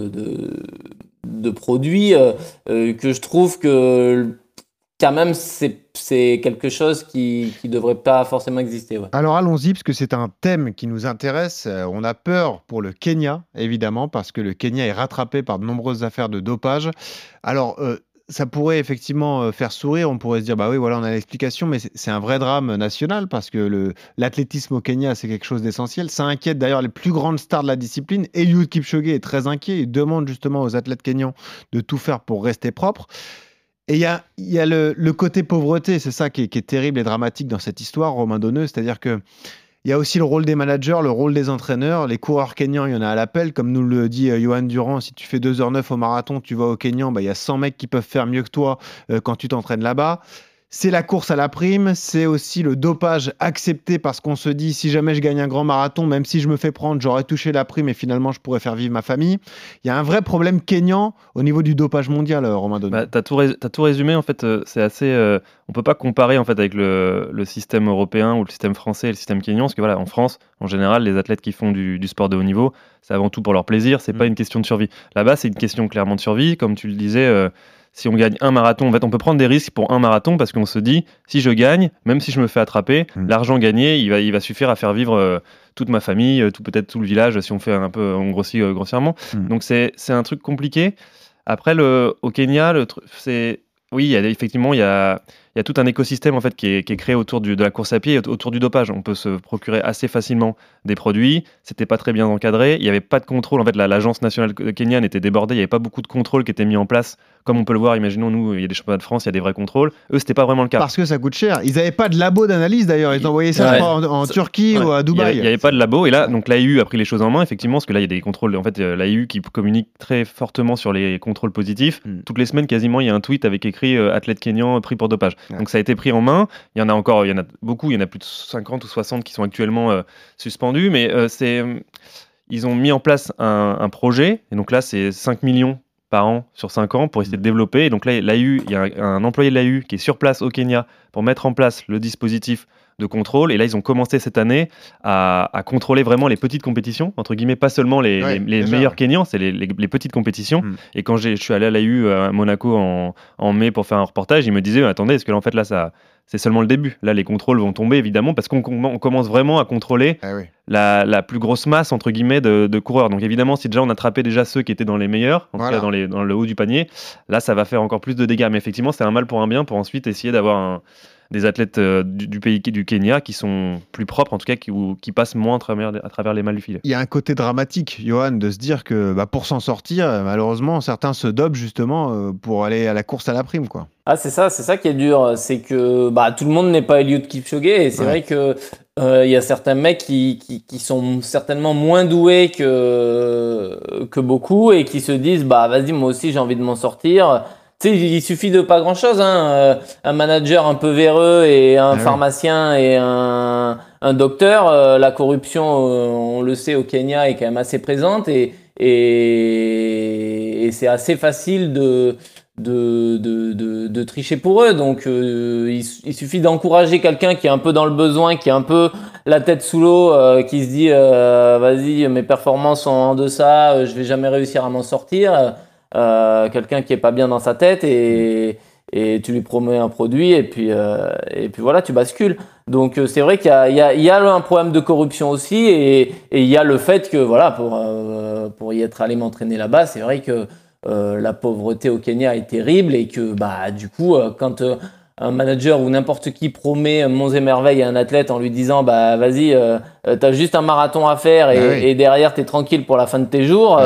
de produits que je trouve que quand même c'est quelque chose qui devrait pas forcément exister. Alors allons-y, parce que c'est un thème qui nous intéresse. On a peur pour le Kenya, évidemment, parce que le Kenya est rattrapé par de nombreuses affaires de dopage. Alors ça pourrait effectivement faire sourire, on pourrait se dire on a l'explication, mais c'est un vrai drame national parce que l'athlétisme au Kenya, c'est quelque chose d'essentiel. Ça inquiète d'ailleurs les plus grandes stars de la discipline. Eliud Kipchoge est très inquiet, il demande justement aux athlètes kenyans de tout faire pour rester propres. Et il y a le côté pauvreté, c'est ça qui est terrible et dramatique dans cette histoire, Romain Donneux, c'est-à-dire que il y a aussi le rôle des managers, le rôle des entraîneurs. Les coureurs kenyans, il y en a à l'appel. Comme nous le dit Johan Durand, si tu fais 2h09 au marathon, tu vas au Kenyan, il y a 100 mecs qui peuvent faire mieux que toi quand tu t'entraînes là-bas. C'est la course à la prime, c'est aussi le dopage accepté parce qu'on se dit si jamais je gagne un grand marathon, même si je me fais prendre, j'aurais touché la prime et finalement je pourrais faire vivre ma famille. Il y a un vrai problème kényan au niveau du dopage mondial, Romain Donneux. T'as tout résumé, en fait, c'est assez... on peut pas comparer en fait avec le système européen ou le système français et le système kényan, parce que en France, en général, les athlètes qui font du sport de haut niveau, c'est avant tout pour leur plaisir, c'est pas une question de survie. Là-bas, c'est une question clairement de survie, comme tu le disais... si on gagne un marathon, en fait, on peut prendre des risques pour un marathon parce qu'on se dit, si je gagne, même si je me fais attraper, l'argent gagné, il va suffire à faire vivre toute ma famille, peut-être tout le village, si on fait on grossit grossièrement. Donc c'est un truc compliqué. Après, au Kenya, effectivement, il y a tout un écosystème en fait qui est créé autour de la course à pied et autour du dopage. On peut se procurer assez facilement des produits. C'était pas très bien encadré. Il n'y avait pas de contrôle. En fait, l'agence nationale kenyane était débordée. Il n'y avait pas beaucoup de contrôle qui était mis en place. Comme on peut le voir, imaginons, nous, il y a des championnats de France, il y a des vrais contrôles. Eux, c'était pas vraiment le cas. Parce que ça coûte cher. Ils n'avaient pas de labo d'analyse d'ailleurs. Ils envoyaient ça en Turquie ou à Dubaï. Il n'y avait pas de labo. Et là, donc l'AIU a pris les choses en main, effectivement, parce que là, il y a des contrôles. En fait, l'AIU qui communique très fortement sur les contrôles positifs. Toutes les semaines, quasiment, il y a un tweet avec écrit athlète kényan pris pour dopage. Donc ça a été pris en main. Il y en a beaucoup. Il y en a plus de 50 ou 60 qui sont actuellement suspendus. Mais ils ont mis en place un projet. Et donc là, c'est 5 millions par an sur 5 ans pour essayer de développer. Et donc là, il y a un employé de l'AU qui est sur place au Kenya pour mettre en place le dispositif de contrôle. Et là, ils ont commencé cette année à contrôler vraiment les petites compétitions, entre guillemets, pas seulement les meilleurs Kenyans, c'est les petites compétitions. Et quand je suis allé à l'AU à Monaco en mai pour faire un reportage, ils me disaient, attendez, est-ce que là, en fait, là, c'est seulement le début. Là, les contrôles vont tomber, évidemment, parce qu'on commence vraiment à contrôler la plus grosse masse, entre guillemets, de coureurs. Donc, évidemment, si déjà on attrapait déjà ceux qui étaient dans les meilleurs, en tout cas dans le haut du panier, là, ça va faire encore plus de dégâts. Mais effectivement, c'est un mal pour un bien pour ensuite essayer d'avoir des athlètes du pays du Kenya qui sont plus propres, en tout cas, qui passent moins à travers les malles du filet. Il y a un côté dramatique, Johan, de se dire que pour s'en sortir, malheureusement, certains se dopent justement pour aller à la course à la prime, quoi. Ah, c'est ça qui est dur, c'est que tout le monde n'est pas Eliud Kipchoge, et c'est vrai que y a certains mecs qui sont certainement moins doués que beaucoup et qui se disent vas-y, moi aussi j'ai envie de m'en sortir. Tu sais, il suffit de pas grand-chose, un manager un peu véreux et un pharmacien et un docteur. La corruption, on le sait, au Kenya est quand même assez présente et c'est assez facile de tricher pour eux. Donc il suffit d'encourager quelqu'un qui est un peu dans le besoin, qui est un peu la tête sous l'eau, qui se dit vas-y, mes performances sont en deçà, je vais jamais réussir à m'en sortir. Quelqu'un qui est pas bien dans sa tête et tu lui promets un produit et puis voilà, tu bascules. Donc c'est vrai qu'il y a un problème de corruption aussi et il y a le fait que voilà, pour y être allé m'entraîner là-bas, c'est vrai que la pauvreté au Kenya est terrible et que du coup quand un manager ou n'importe qui promet monts et merveilles à un athlète en lui disant vas-y, t'as juste un marathon à faire et derrière t'es tranquille pour la fin de tes jours,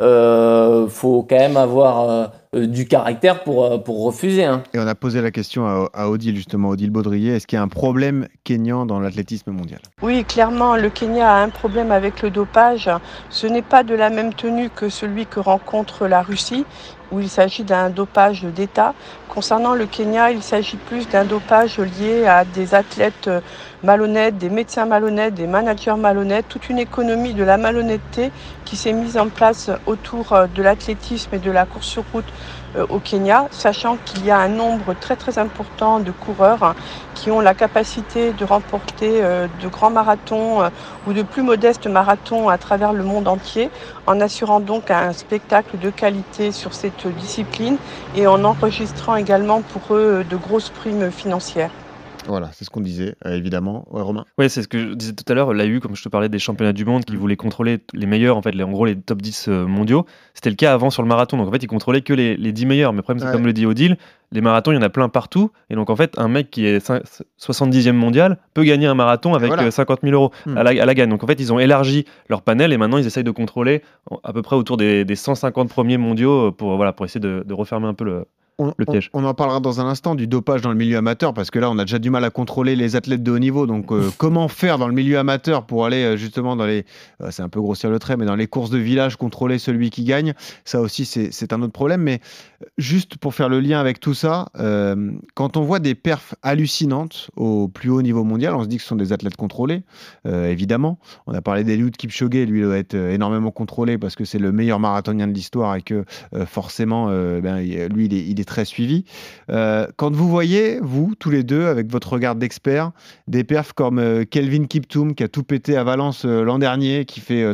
faut quand même avoir du caractère pour refuser. Et on a posé la question à Odile, justement, Odile Baudrier, est-ce qu'il y a un problème kényan dans l'athlétisme mondial ? Oui, clairement, le Kenya a un problème avec le dopage. Ce n'est pas de la même tenue que celui que rencontre la Russie, où il s'agit d'un dopage d'État. Concernant le Kenya, il s'agit plus d'un dopage lié à des athlètes malhonnêtes, des médecins malhonnêtes, des managers malhonnêtes, toute une économie de la malhonnêteté qui s'est mise en place autour de l'athlétisme et de la course sur route au Kenya, sachant qu'il y a un nombre très très important de coureurs qui ont la capacité de remporter de grands marathons ou de plus modestes marathons à travers le monde entier, en assurant donc un spectacle de qualité sur cette discipline et en enregistrant également pour eux de grosses primes financières. Voilà, c'est ce qu'on disait, évidemment. Ouais, Romain ? Oui, c'est ce que je disais tout à l'heure. L'AU, comme je te parlais des championnats du monde qui voulaient contrôler les meilleurs, en fait, en gros, les top 10 mondiaux. C'était le cas avant sur le marathon. Donc, en fait, ils contrôlaient que les 10 meilleurs. Mais le problème, c'est comme le dit Odile, les marathons, il y en a plein partout. Et donc, en fait, un mec qui est 70e mondial peut gagner un marathon avec 50 000 euros à la gagne. Donc, en fait, ils ont élargi leur panel et maintenant, ils essayent de contrôler à peu près autour des 150 premiers mondiaux pour essayer de refermer un peu le piège. On en parlera dans un instant du dopage dans le milieu amateur parce que là on a déjà du mal à contrôler les athlètes de haut niveau, donc comment faire dans le milieu amateur pour aller justement dans les c'est un peu grossir le trait, mais dans les courses de village, contrôler celui qui gagne, ça aussi c'est un autre problème. Mais juste pour faire le lien avec tout ça, quand on voit des perfs hallucinantes au plus haut niveau mondial, on se dit que ce sont des athlètes contrôlés, évidemment. On a parlé d'Eliud Kipchoge, lui doit être énormément contrôlé parce que c'est le meilleur marathonien de l'histoire et que forcément lui il est très suivi. Quand vous voyez, vous, tous les deux, avec votre regard d'expert, des perfs comme Kelvin Kiptoum, qui a tout pété à Valence l'an dernier, qui fait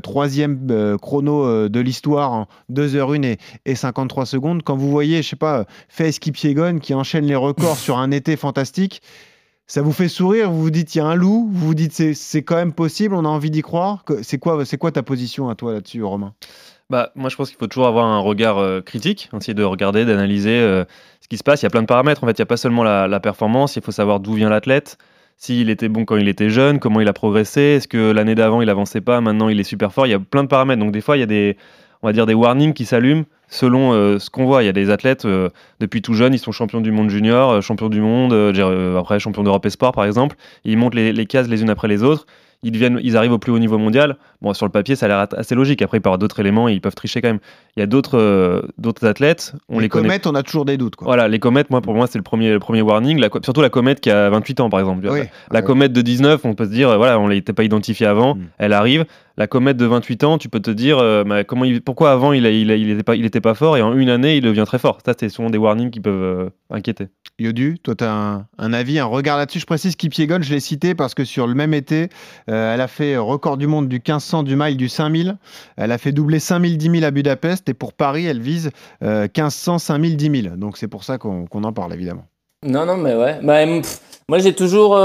3e chrono de l'histoire en 2h01 et 53 secondes, quand vous voyez, je sais pas, Faith Kipyegon qui enchaîne les records sur un été fantastique, ça vous fait sourire, vous vous dites il y a un loup, vous vous dites c'est quand même possible, on a envie d'y croire. C'est quoi ta position à toi là-dessus, Romain ? Moi, je pense qu'il faut toujours avoir un regard critique, essayer de regarder, d'analyser ce qui se passe. Il y a plein de paramètres. En fait, il n'y a pas seulement la performance. Il faut savoir d'où vient l'athlète, s'il était bon quand il était jeune, comment il a progressé, est-ce que l'année d'avant, il avançait pas, maintenant, il est super fort. Il y a plein de paramètres. Donc, des fois, il y a des warnings qui s'allument selon ce qu'on voit. Il y a des athlètes, depuis tout jeune, ils sont champions du monde junior, champions du monde, après champions d'Europe et sport, par exemple. Ils montent les cases les unes après les autres. Ils arrivent au plus haut niveau mondial. Bon, sur le papier, ça a l'air assez logique. Après, il peut y avoir d'autres éléments et ils peuvent tricher quand même. Il y a d'autres athlètes. Les comètes, on a toujours des doutes, quoi. Voilà, les comètes, pour moi, c'est le premier warning. Surtout la comète qui a 28 ans, par exemple. Oui. La comète de 19, on peut se dire, voilà, on ne l'était pas identifiée avant. Elle arrive. la comète de 28 ans, tu peux te dire pourquoi avant il était pas fort et en une année il devient très fort. Ça, c'est souvent des warnings qui peuvent inquiéter. Yodu, toi, tu as un avis, un regard là-dessus. Je précise qu'Kipyegon, je l'ai cité parce que sur le même été, elle a fait record du monde du 1500, du mile, du 5000. Elle a fait doubler 5000, 10 000 à Budapest. Et pour Paris, elle vise 1500, 5000, 10 000. Donc c'est pour ça qu'on en parle, évidemment. Non, mais ouais. Moi, j'ai toujours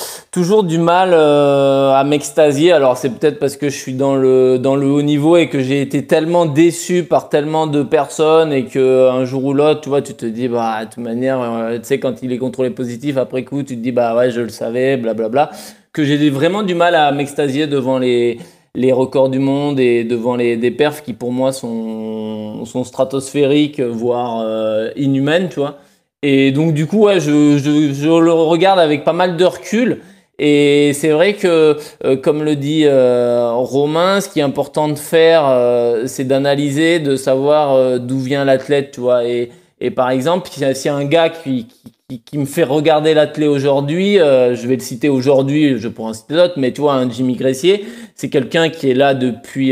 du mal à m'extasier. Alors, c'est peut-être parce que je suis dans le haut niveau et que j'ai été tellement déçu par tellement de personnes et que un jour ou l'autre, tu vois, tu te dis, de toute manière, tu sais, quand il est contrôlé positif, après coup, tu te dis, ouais, je le savais, blablabla. Que j'ai vraiment du mal à m'extasier devant les records du monde et devant des perfs qui, pour moi, sont stratosphériques, voire inhumaines, tu vois. Et donc du coup, ouais, je le regarde avec pas mal de recul. Et c'est vrai que, comme le dit Romain, ce qui est important de faire, c'est d'analyser, de savoir d'où vient l'athlète, tu vois. Et par exemple, s'il y a un gars qui me fait regarder l'athlète aujourd'hui, je vais le citer aujourd'hui, je pourrais en citer d'autres, mais tu vois, un Jimmy Gressier, c'est quelqu'un qui est là depuis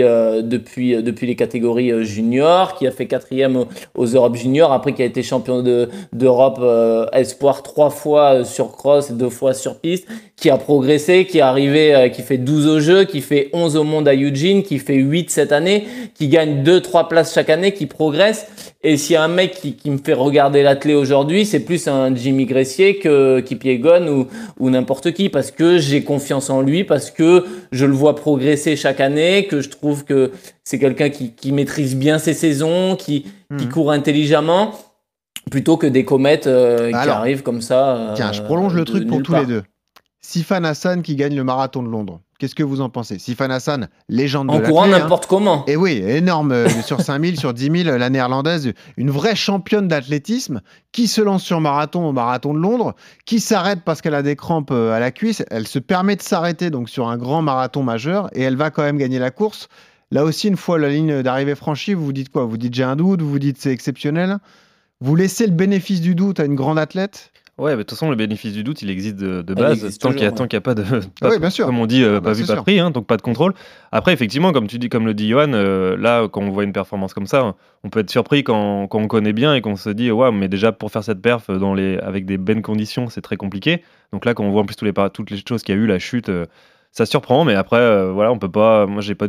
les catégories juniors, qui a fait 4e aux Europes juniors, après qui a été champion d'Europe espoir 3 fois sur cross et 2 fois sur piste, qui a progressé, qui est arrivé, qui fait 12 aux Jeux, qui fait 11 au monde à Eugene, qui fait 8 cette année, qui gagne 2-3 places chaque année, qui progresse. Et s'il y a un mec qui me fait regarder l'athlète aujourd'hui, c'est plus un Jimmy Gressier que Kipyegon ou n'importe qui, parce que j'ai confiance en lui, parce que je le vois progresser chaque année, que je trouve que c'est quelqu'un qui maîtrise bien ses saisons, qui court intelligemment, plutôt que des comètes qui arrivent comme ça. Tiens, je prolonge le truc pour tous les deux. Sifan Hassan qui gagne le marathon de Londres. Qu'est-ce que vous en pensez? Sifan Hassan, légende de l'athlète. En courant n'importe comment. Et oui, énorme sur 5000, sur 10 000, la néerlandaise, une vraie championne d'athlétisme qui se lance sur marathon au marathon de Londres, qui s'arrête parce qu'elle a des crampes à la cuisse. Elle se permet de s'arrêter donc sur un grand marathon majeur et elle va quand même gagner la course. Là aussi, une fois la ligne d'arrivée franchie, vous vous dites quoi? Vous dites j'ai un doute, vous dites c'est exceptionnel. Vous laissez le bénéfice du doute à une grande athlète? Ouais, de toute façon, le bénéfice du doute, il existe de base, tant qu'il n'y a pas de, bien sûr. comme on dit, pas vu, pas pris, donc pas de contrôle. Après, effectivement, comme le dit Johan, là, quand on voit une performance comme ça, on peut être surpris quand on connaît bien et qu'on se dit, ouais, mais déjà pour faire cette perf avec des bonnes conditions, c'est très compliqué. Donc là, quand on voit en plus toutes les choses qu'il y a eu, la chute, ça surprend, mais après, voilà, on peut pas. Moi, j'ai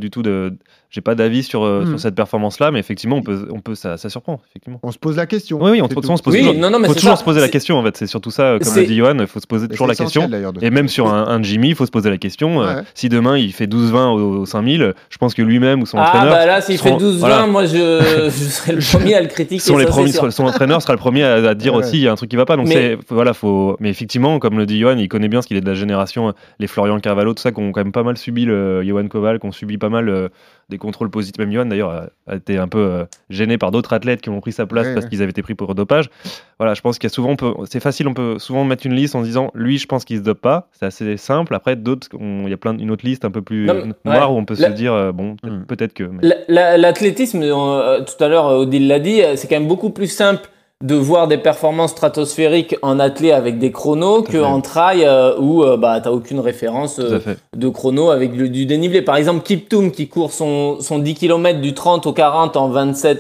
pas d'avis sur cette performance-là, mais effectivement, ça surprend, effectivement. On se pose la question. Oui, on se pose toujours se poser la question, en fait. C'est surtout ça, comme l'a dit Johan, il faut se poser toujours la question. Et même sur un Jimmy, il faut se poser la question. Si demain, il fait 12-20 au 5000, je pense que lui-même ou son entraîneur. Ah, là, s'il fait 12-20, moi, je serais le premier à le critiquer. Son entraîneur sera le premier à dire aussi, il y a un truc qui va pas. Donc, mais effectivement, comme le dit Johan, il connaît bien ce qu'il est de la génération, les Florian Carvalho, tout ça, qui ont quand même pas mal subi le Johan Koval, qui ont subi pas mal des contrôles positifs. Même Johan, d'ailleurs, a été un peu gêné par d'autres athlètes qui ont pris sa place parce qu'ils avaient été pris pour dopage. Voilà, je pense qu'il y a souvent, c'est facile, on peut souvent mettre une liste en disant, lui, je pense qu'il se dope pas. C'est assez simple. Après, d'autres, il y a une autre liste un peu plus noire où on peut se dire, peut-être que. Mais... L'athlétisme, tout à l'heure, Odile l'a dit, c'est quand même beaucoup plus simple de voir des performances stratosphériques en athlète avec des chronos qu'en trail où t'as aucune référence de chrono avec du dénivelé. Par exemple, Kiptoum qui court son 10 km du 30 au 40 en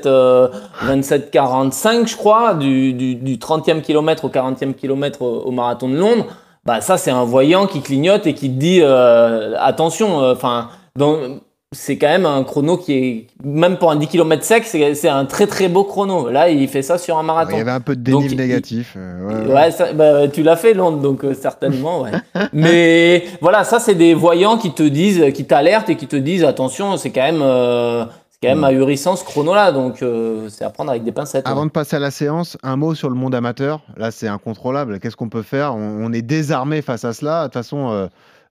27-45, je crois, du 30e kilomètre au 40e kilomètre au marathon de Londres. Ça, c'est un voyant qui clignote et qui te dit attention, c'est quand même un chrono qui est, même pour un 10 km sec, c'est un très très beau chrono. Là, il fait ça sur un marathon. Il y avait un peu de dénivelé négatif. Tu l'as fait, Londres, donc certainement, ouais. Mais voilà, ça, c'est des voyants qui te disent, qui t'alertent et qui te disent attention, c'est quand même ahurissant ce chrono-là. Donc, c'est à prendre avec des pincettes. Avant de passer à la séance, un mot sur le monde amateur. Là, c'est incontrôlable. Qu'est-ce qu'on peut faire? On est désarmé face à cela. De toute façon,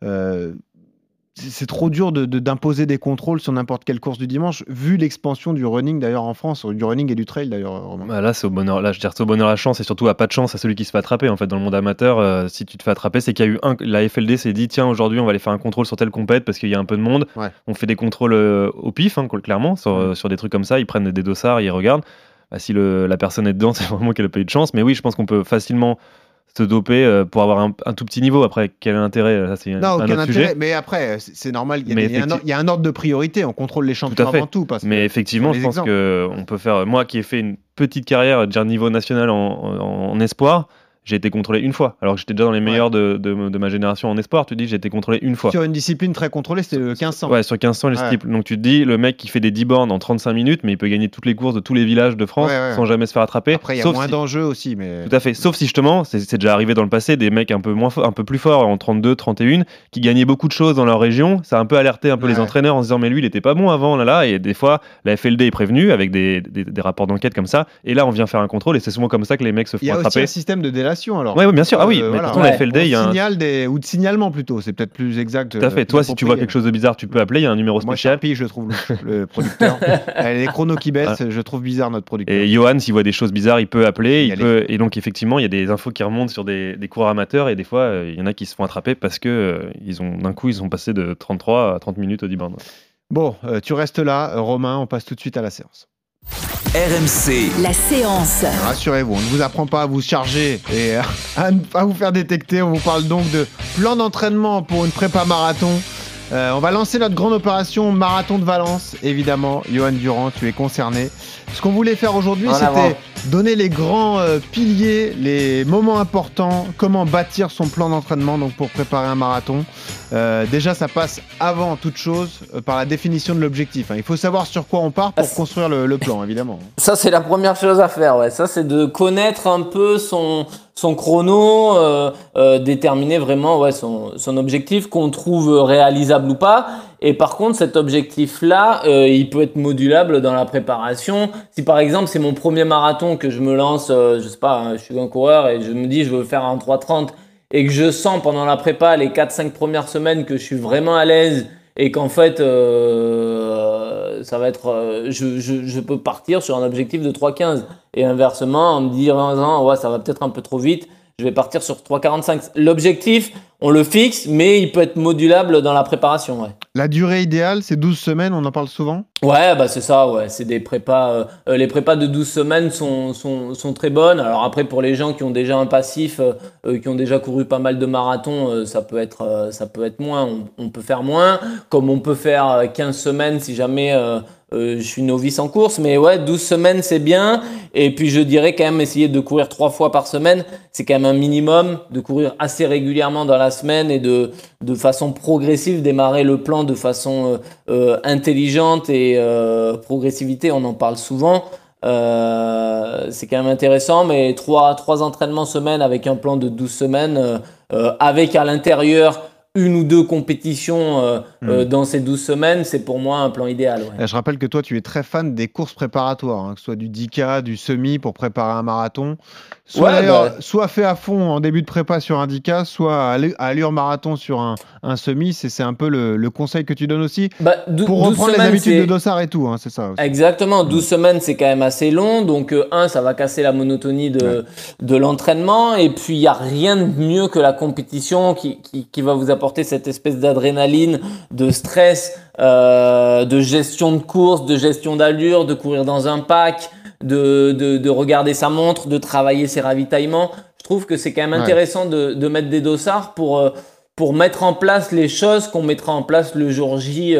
c'est trop dur d'imposer des contrôles sur n'importe quelle course du dimanche, vu l'expansion du running d'ailleurs en France, du running et du trail d'ailleurs. Romain. Là, c'est au bonheur. Là, je dirais c'est au bonheur à la chance et surtout à pas de chance à celui qui se fait attraper. En fait, dans le monde amateur, si tu te fais attraper, c'est qu'il y a eu la FLD s'est dit tiens, aujourd'hui, on va aller faire un contrôle sur telle compète parce qu'il y a un peu de monde. Ouais. On fait des contrôles au pif, clairement, sur des trucs comme ça. Ils prennent des dossards, ils regardent. Si la personne est dedans, c'est vraiment qu'elle a pas eu de chance. Mais oui, je pense qu'on peut facilement se doper pour avoir un tout petit niveau. Après, quel est l'intérêt? Ça, c'est un autre sujet. Mais après, c'est normal. Il y a un ordre de priorité. On contrôle les champions avant tout. Mais effectivement, je pense qu'on peut faire. Moi qui ai fait une petite carrière, déjà niveau national en espoir, j'ai été contrôlé une fois. Alors que j'étais déjà dans les meilleurs de ma génération en espoir. Tu te dis, j'ai été contrôlé une fois. Sur une discipline très contrôlée, c'était le 1500. Ouais, sur 1500, les steeples. Donc tu te dis, le mec qui fait des 10 bornes en 35 minutes, mais il peut gagner toutes les courses de tous les villages de France sans jamais se faire attraper. Après, il y a moins d'enjeux aussi. Mais... Tout à fait. Sauf si justement, c'est déjà arrivé dans le passé, des mecs un peu plus forts en 32, 31, qui gagnaient beaucoup de choses dans leur région. Ça a un peu alerté les entraîneurs en se disant, mais lui, il était pas bon avant, là. Et des fois, la FLD est prévenue avec des rapports d'enquête comme ça. Et là, on vient faire un contrôle. Et c'est souvent comme ça que les mecs se font attraper. Il y a aussi un système de délation alors. Ouais, bien sûr. Ah oui, mais pourtant la FLD, il y a ou de signalement plutôt, c'est peut-être plus exact. Tout à fait. Toi, si tu vois quelque chose de bizarre, tu peux appeler, il y a un numéro spécial. Moi, je trouve le producteur. Les chronos qui baissent, je trouve bizarre notre producteur. Et Johan, s'il voit des choses bizarres, il peut appeler. Et donc, effectivement, il y a des infos qui remontent sur des coureurs amateurs et des fois, il y en a qui se font attraper parce que d'un coup, ils ont passé de 33 à 30 minutes au 10 bornes. Bon, tu restes là, Romain, on passe tout de suite à la séance. RMC. La séance. Rassurez-vous, on ne vous apprend pas à vous charger et à ne pas vous faire détecter. On vous parle donc de plan d'entraînement pour une prépa marathon. On va lancer notre grande opération Marathon de Valence, évidemment. Johan Durand, tu es concerné. Ce qu'on voulait faire aujourd'hui, c'était donner les grands piliers, les moments importants, comment bâtir son plan d'entraînement donc pour préparer un marathon. Déjà, ça passe avant toute chose par la définition de l'objectif. Il faut savoir sur quoi on part pour construire le plan, évidemment. Ça, c'est la première chose à faire. Ouais. Ça, c'est de connaître un peu son chrono, déterminer vraiment son objectif qu'on trouve réalisable ou pas. Et par contre, cet objectif-là, il peut être modulable dans la préparation. Si par exemple, c'est mon premier marathon que je me lance, je sais pas, je suis un coureur et je me dis je veux faire un 3:30 et que je sens pendant la prépa les 4-5 premières semaines que je suis vraiment à l'aise et qu'en fait, ça va être, je peux partir sur un objectif de 3:15 et inversement en me disant ouais, ça va peut-être un peu trop vite. Je vais partir sur 3:45. L'objectif, on le fixe, mais il peut être modulable dans la préparation. Ouais. La durée idéale, c'est 12 semaines, on en parle souvent ? Ouais, c'est ça, ouais. C'est des prépas. Les prépas de 12 semaines sont très bonnes. Alors après, pour les gens qui ont déjà un passif, qui ont déjà couru pas mal de marathons, ça peut être moins. On peut faire moins, comme on peut faire 15 semaines si jamais je suis novice en course. Mais ouais, 12 semaines, c'est bien. Et puis je dirais quand même essayer de courir 3 fois par semaine. C'est quand même un minimum de courir assez régulièrement dans la semaine et de façon progressive démarrer le plan de façon intelligente et progressivité, on en parle souvent. C'est quand même intéressant, mais 3 entraînements semaine avec un plan de 12 semaines, avec à l'intérieur une ou deux compétitions dans ces 12 semaines, c'est pour moi un plan idéal. Ouais. Je rappelle que toi, tu es très fan des courses préparatoires, que ce soit du 10K, du semi pour préparer un marathon. Soit fait à fond en début de prépa sur un 10K, soit à allure marathon sur un semi. C'est un peu le conseil que tu donnes aussi pour reprendre les habitudes de dossard et tout. C'est ça aussi. Exactement. 12 semaines, c'est quand même assez long. Donc, ça va casser la monotonie de l'entraînement. Et puis, il n'y a rien de mieux que la compétition qui va vous apporter cette espèce d'adrénaline, de stress, de gestion de course, de gestion d'allure, de courir dans un pack, de regarder sa montre, de travailler ses ravitaillements. Je trouve que c'est quand même intéressant de mettre des dossards pour mettre en place les choses qu'on mettra en place le jour J.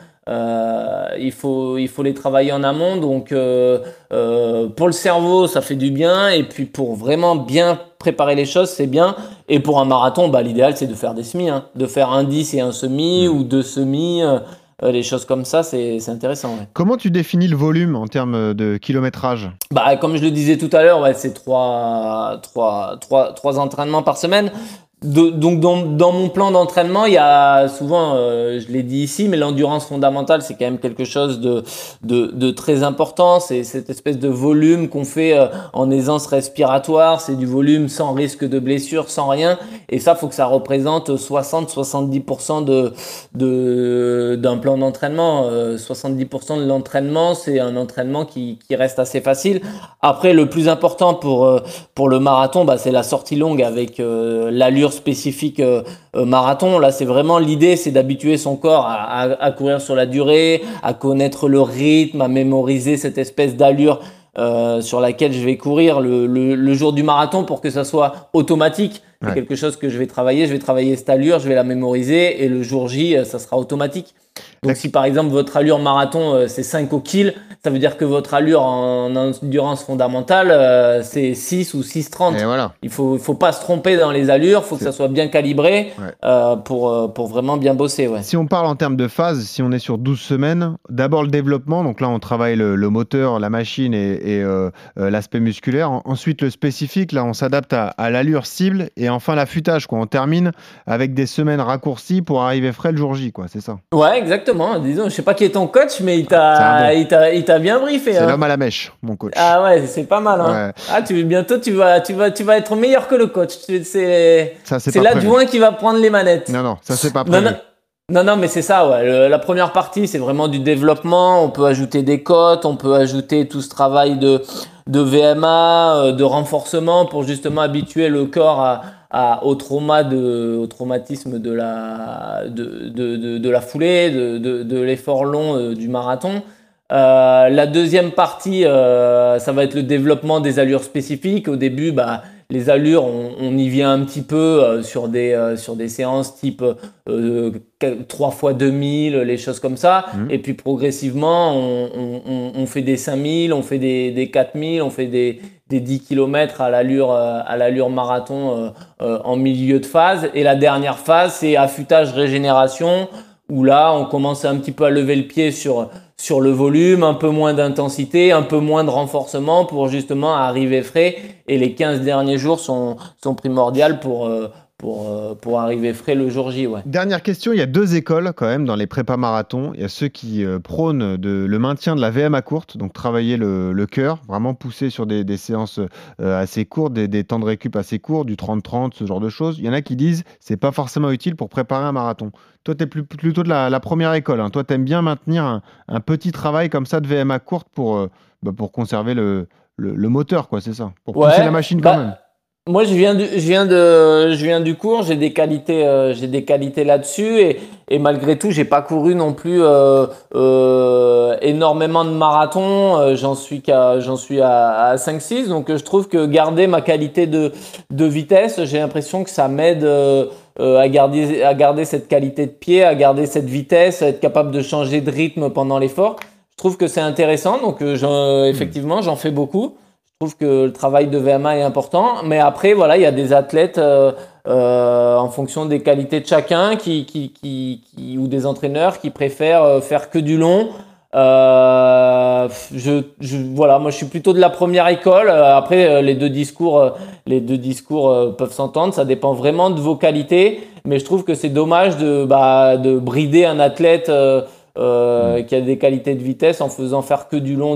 Il faut les travailler en amont. Donc pour le cerveau, ça fait du bien. Et puis pour vraiment bien préparer les choses, c'est bien. Et pour un marathon, l'idéal, c'est de faire des semis. De faire un 10 et un semi ou 2 semis. Les choses comme ça, c'est intéressant. Ouais. Comment tu définis le volume en termes de kilométrage ? Comme je le disais tout à l'heure, c'est 3 entraînements par semaine. Donc dans mon plan d'entraînement, il y a souvent, je l'ai dit ici, mais l'endurance fondamentale, c'est quand même quelque chose de très important. C'est cette espèce de volume qu'on fait en aisance respiratoire. C'est du volume sans risque de blessure, sans rien. Et ça, faut que ça représente 60-70% d'un plan d'entraînement. 70% de l'entraînement, c'est un entraînement qui reste assez facile. Après, le plus important pour le marathon, c'est la sortie longue avec l'allure spécifique marathon. Là, c'est vraiment l'idée, c'est d'habituer son corps à courir sur la durée, à connaître le rythme, à mémoriser cette espèce d'allure sur laquelle je vais courir le jour du marathon pour que ça soit automatique. C'est quelque chose que je vais travailler cette allure, je vais la mémoriser et le jour J, ça sera automatique. Donc si par exemple votre allure marathon c'est 5 au kill, ça veut dire que votre allure en endurance fondamentale c'est 6 ou 6,30. Et voilà. Il faut pas se tromper dans les allures, faut que ça soit bien calibré pour vraiment bien bosser. Ouais. Si on parle en termes de phase, si on est sur 12 semaines, d'abord le développement, donc là on travaille le moteur, la machine et l'aspect musculaire. Ensuite le spécifique, là on s'adapte à l'allure cible et enfin l'affûtage, quoi. On termine avec des semaines raccourcies pour arriver frais le jour J, quoi. C'est ça. Ouais, exactement. Disons, je sais pas qui est ton coach, mais il t'a bien briefé. C'est l'homme à la mèche, mon coach. Ah ouais, c'est pas mal. Hein. Ouais. Ah, bientôt tu vas être meilleur que le coach. C'est l'adjoint qui va prendre les manettes. Non, ça c'est pas prévu. Non, mais c'est ça, ouais. La première partie, c'est vraiment du développement. On peut ajouter des cotes, on peut ajouter tout ce travail de VMA, de renforcement pour justement habituer le corps au traumatisme de la foulée, de l'effort long du marathon. La deuxième partie, ça va être le développement des allures spécifiques. Au début, les allures, on y vient un petit peu sur des séances type 3 fois 2000, les choses comme ça. Et puis progressivement, on fait des 5000, on fait des 4000, on fait des 10 km à l'allure marathon en milieu de phase. Et la dernière phase, c'est affûtage régénération, où là, on commence un petit peu à lever le pied sur le volume, un peu moins d'intensité, un peu moins de renforcement pour justement arriver frais. Et les 15 derniers jours sont primordiaux pour arriver frais le jour J. Ouais. Dernière question, il y a 2 écoles quand même dans les prépas marathons. Il y a ceux qui prônent le maintien de la VMA courte, donc travailler le cœur, vraiment pousser sur des séances assez courtes, des temps de récup assez courts, du 30-30, ce genre de choses. Il y en a qui disent c'est pas forcément utile pour préparer un marathon. Toi, tu es plutôt de la première école. Hein. Toi, tu aimes bien maintenir un petit travail comme ça de VMA courte pour conserver le moteur, quoi, c'est ça, pour pousser la machine quand même. Moi, je viens du cours, j'ai des qualités là-dessus et malgré tout, j'ai pas couru non plus énormément de marathons. J'en suis à 5-6, donc je trouve que garder ma qualité de vitesse, j'ai l'impression que ça m'aide à garder cette qualité de pied, à garder cette vitesse, à être capable de changer de rythme pendant l'effort. Je trouve que c'est intéressant, donc effectivement, j'en fais beaucoup. Je trouve que le travail de VMA est important, mais après voilà, il y a des athlètes en fonction des qualités de chacun ou des entraîneurs qui préfèrent faire que du long. Voilà, moi je suis plutôt de la première école. Après les deux discours peuvent s'entendre, ça dépend vraiment de vos qualités, mais je trouve que c'est dommage de brider un athlète qui a des qualités de vitesse en faisant faire que du long.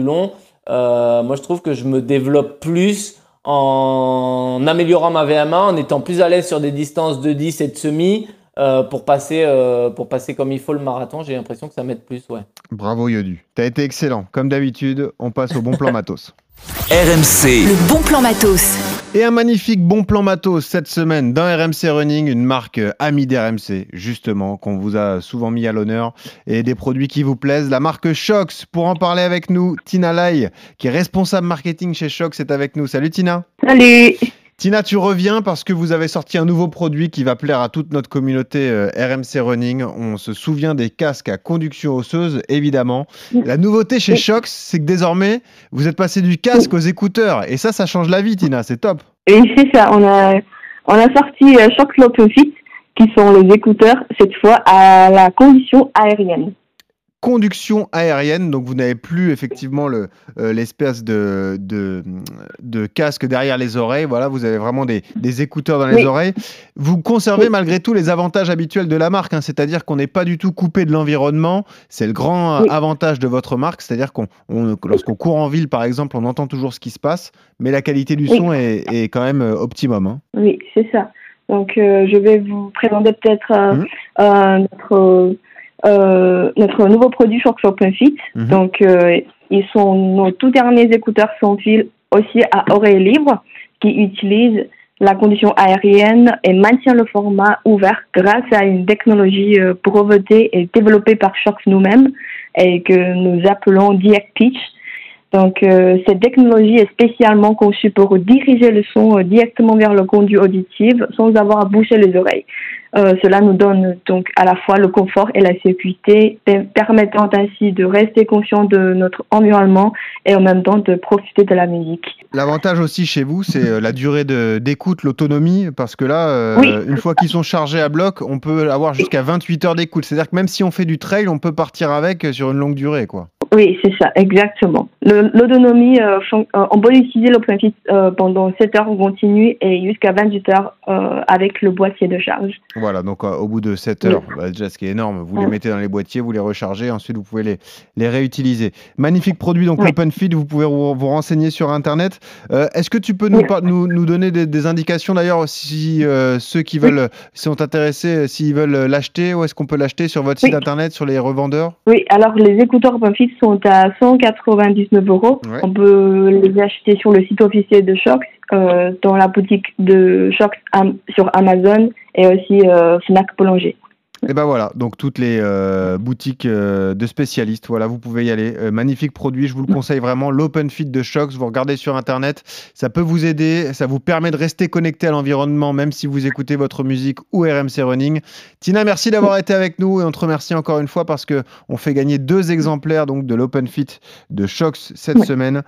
Moi, je trouve que je me développe plus en améliorant ma VMA, en étant plus à l'aise sur des distances de 10 et de semi pour passer comme il faut le marathon. J'ai l'impression que ça m'aide plus. Ouais. Bravo Yodu, t'as été excellent. Comme d'habitude, on passe au bon plan matos. RMC. Le bon plan matos. Et un magnifique bon plan matos cette semaine dans RMC Running, une marque amie d'RMC, justement, qu'on vous a souvent mis à l'honneur, et des produits qui vous plaisent. La marque Shox, pour en parler avec nous, Tina Lai, qui est responsable marketing chez Shox, est avec nous. Salut Tina. Salut. Tina, tu reviens parce que vous avez sorti un nouveau produit qui va plaire à toute notre communauté RMC Running. On se souvient des casques à conduction osseuse, évidemment. La nouveauté chez Shox, c'est que désormais, vous êtes passé du casque aux écouteurs. Et ça change la vie, Tina, c'est top. Et c'est ça, on a sorti Shox Low Fit, qui sont les écouteurs, cette fois, à la conduction aérienne. Conduction aérienne, donc vous n'avez plus effectivement l'espèce de casque derrière les oreilles. Voilà, vous avez vraiment des écouteurs dans les oreilles. Vous conservez malgré tout les avantages habituels de la marque, hein, c'est-à-dire qu'on n'est pas du tout coupé de l'environnement. C'est le grand avantage de votre marque, c'est-à-dire lorsqu'on court en ville, par exemple, on entend toujours ce qui se passe, mais la qualité du son est quand même optimum. Hein. Oui, c'est ça. Donc, je vais vous présenter peut-être notre nouveau produit Shox Low Fit. Donc, nos tout derniers écouteurs sans fil aussi à oreille libre qui utilisent la conduction aérienne et maintient le format ouvert grâce à une technologie brevetée et développée par Shox nous-mêmes et que nous appelons Direct Pitch. Donc, cette technologie est spécialement conçue pour diriger le son directement vers le conduit auditif sans avoir à boucher les oreilles. Cela nous donne donc à la fois le confort et la sécurité, permettant ainsi de rester conscient de notre environnement et en même temps de profiter de la musique. L'avantage aussi chez vous, c'est la durée d'écoute, l'autonomie, parce que là, une fois qu'ils sont chargés à bloc, on peut avoir jusqu'à 28 heures d'écoute. C'est-à-dire que même si on fait du trail, on peut partir avec sur une longue durée, quoi. Oui, c'est ça, exactement. L'autonomie, on peut utiliser l'OpenFit pendant 7 heures en continu et jusqu'à 28 heures avec le boîtier de charge. Voilà, donc au bout de 7 heures, déjà ce qui est énorme, vous les mettez dans les boîtiers, vous les rechargez, ensuite vous pouvez les réutiliser. Magnifique produit, donc l'OpenFit, vous pouvez vous renseigner sur Internet. Est-ce que tu peux nous donner des indications d'ailleurs si ceux qui veulent, sont intéressés, s'ils veulent l'acheter, ou est-ce qu'on peut l'acheter sur votre site Internet, sur les revendeurs? Oui, alors les écouteurs OpenFit sont à 199 €. Ouais. On peut les acheter sur le site officiel de Shox, dans la boutique de Shox sur Amazon et aussi Fnac Boulanger. Et ben voilà, donc toutes les boutiques de spécialistes, voilà, vous pouvez y aller. Magnifique produit, je vous le conseille vraiment. L'OpenFit de Shox, vous regardez sur Internet, ça peut vous aider, ça vous permet de rester connecté à l'environnement, même si vous écoutez votre musique ou RMC Running. Tina, merci d'avoir été avec nous et on te remercie encore une fois parce qu'on fait gagner 2 exemplaires donc, de l'OpenFit de Shox cette semaine.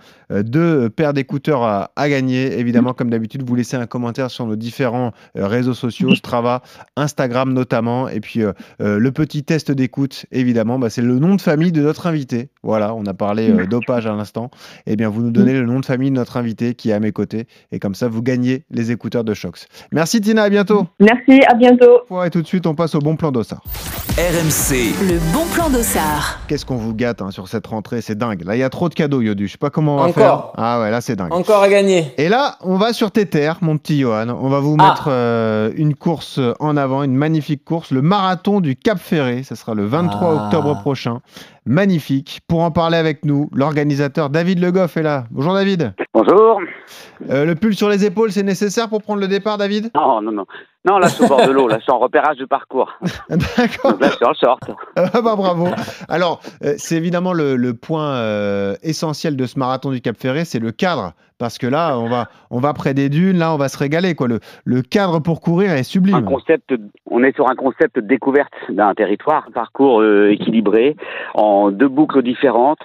2 paires d'écouteurs à gagner. Évidemment, comme d'habitude, vous laissez un commentaire sur nos différents réseaux sociaux, Strava, Instagram notamment, et puis le petit test d'écoute, évidemment, c'est le nom de famille de notre invité. Voilà, on a parlé dopage à l'instant. Eh bien, vous nous donnez le nom de famille de notre invité qui est à mes côtés. Et comme ça, vous gagnez les écouteurs de Shox. Merci Tina, à bientôt. Merci, à bientôt. Et tout de suite, on passe au bon plan d'Ossard. RMC. Le bon plan d'Ossard. Qu'est-ce qu'on vous gâte sur cette rentrée, c'est dingue. Là, il y a trop de cadeaux, Yodu. Je sais pas comment on va faire. Ah ouais, là, c'est dingue. Encore à gagner. Et là, on va sur tes terres, mon petit Johan. On va vous mettre une course en avant, une magnifique course, le marathon du Cap Ferré. Ça sera le 23 octobre prochain. Magnifique. Pour en parler avec nous, l'organisateur David Le Goff est là. Bonjour David. Bonjour. Le pull sur les épaules, c'est nécessaire pour prendre le départ, David? Non. Non, là, je suis au bord de l'eau. Là, je suis en repérage du parcours. D'accord. Donc là, je suis en short. Bravo. Alors, c'est évidemment le point essentiel de ce marathon du Cap Ferré, c'est le cadre. Parce que là, on va près des dunes, là, on va se régaler, quoi. Le cadre pour courir est sublime. On est sur un concept de découverte d'un territoire, un parcours équilibré, en 2 boucles différentes,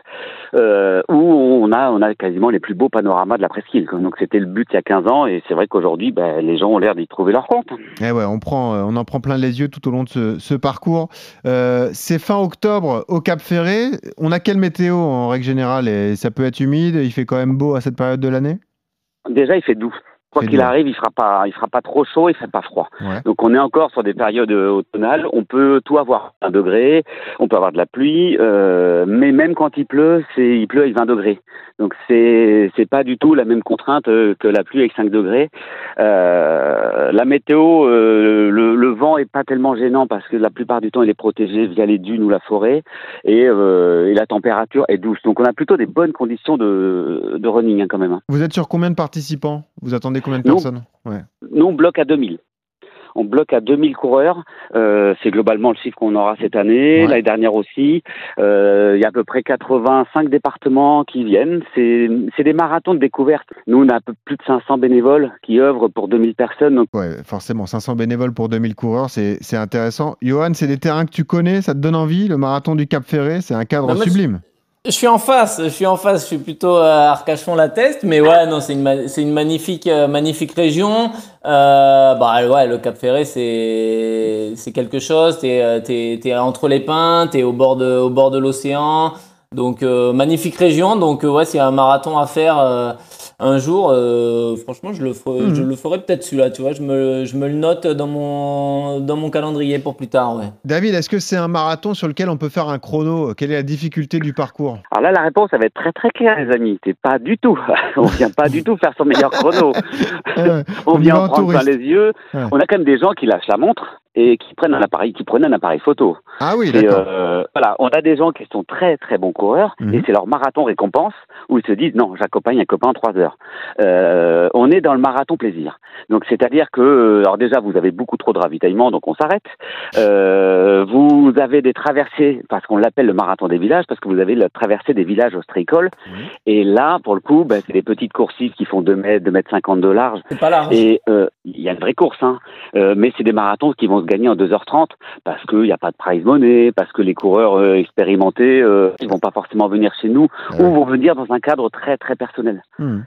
où on a quasiment les plus beaux panoramas de la presqu'île. Donc c'était le but il y a 15 ans, et c'est vrai qu'aujourd'hui, les gens ont l'air d'y trouver leur compte. Eh ouais, on en prend plein les yeux tout au long de ce parcours. C'est fin octobre au Cap Ferré. On a quelle météo en règle générale? Et ça peut être humide, il fait quand même beau à cette période de l'année? Déjà, il fait doux. Quoi qu'il arrive, il fera pas trop chaud, il fait pas froid. Ouais. Donc on est encore sur des périodes automnales. On peut tout avoir, 1 degré, on peut avoir de la pluie, mais même quand il pleut avec 20 degrés. Donc c'est pas du tout la même contrainte que la pluie avec 5 degrés. La météo, le vent est pas tellement gênant parce que la plupart du temps il est protégé via les dunes ou la forêt, et la température est douce. Donc on a plutôt des bonnes conditions de running quand même. Vous êtes sur combien de participants? Vous attendez combien de personnes? Nous, on bloque à 2000. On bloque à 2000 coureurs. C'est globalement le chiffre qu'on aura cette année. L'année dernière aussi. Il y a à peu près 85 départements qui viennent. C'est des marathons de découverte. Nous, on a un peu plus de 500 bénévoles qui œuvrent pour 2000 personnes. Donc... Ouais, forcément, 500 bénévoles pour 2000 coureurs, c'est intéressant. Johan, c'est des terrains que tu connais, ça te donne envie? Le marathon du Cap Ferré, c'est un cadre sublime. Je suis en face, je suis plutôt à Arcachon-la-Teste, mais ouais, non, c'est une magnifique région. Le Cap Ferré, c'est quelque chose. T'es entre les pins, t'es au bord de l'océan. Donc, magnifique région. Donc, s'il y a un marathon à faire, un jour, franchement, je le ferai peut-être celui-là, tu vois. Je me le note dans mon calendrier pour plus tard, ouais. David, est-ce que c'est un marathon sur lequel on peut faire un chrono? Quelle est la difficulté du parcours? Alors là, la réponse, ça va être très très claire, les amis. C'est pas du tout. On vient pas du tout faire son meilleur chrono. On vient en prendre plein les yeux. Ouais. On a quand même des gens qui lâchent la montre et qui prennent un appareil photo. Ah oui, d'accord. Voilà, on a des gens qui sont très très bons coureurs, et c'est leur marathon récompense où ils se disent non, j'accompagne un copain en 3 heures. On est dans le marathon plaisir. Donc c'est-à-dire que, alors déjà vous avez beaucoup trop de ravitaillement, donc on s'arrête. Vous vous avez des traversées, parce qu'on l'appelle le marathon des villages, parce que vous avez la traversée des villages ostréicoles. Et là, pour le coup, c'est des petites coursives qui font 2 mètres 50 de large. C'est pas large. Et il y a une vraie course, hein. Mais c'est des marathons qui vont se gagner en 2h30 parce qu'il n'y a pas de prize money, parce que les coureurs expérimentés, ils vont pas forcément venir chez nous ou vont venir dans un cadre très très personnel.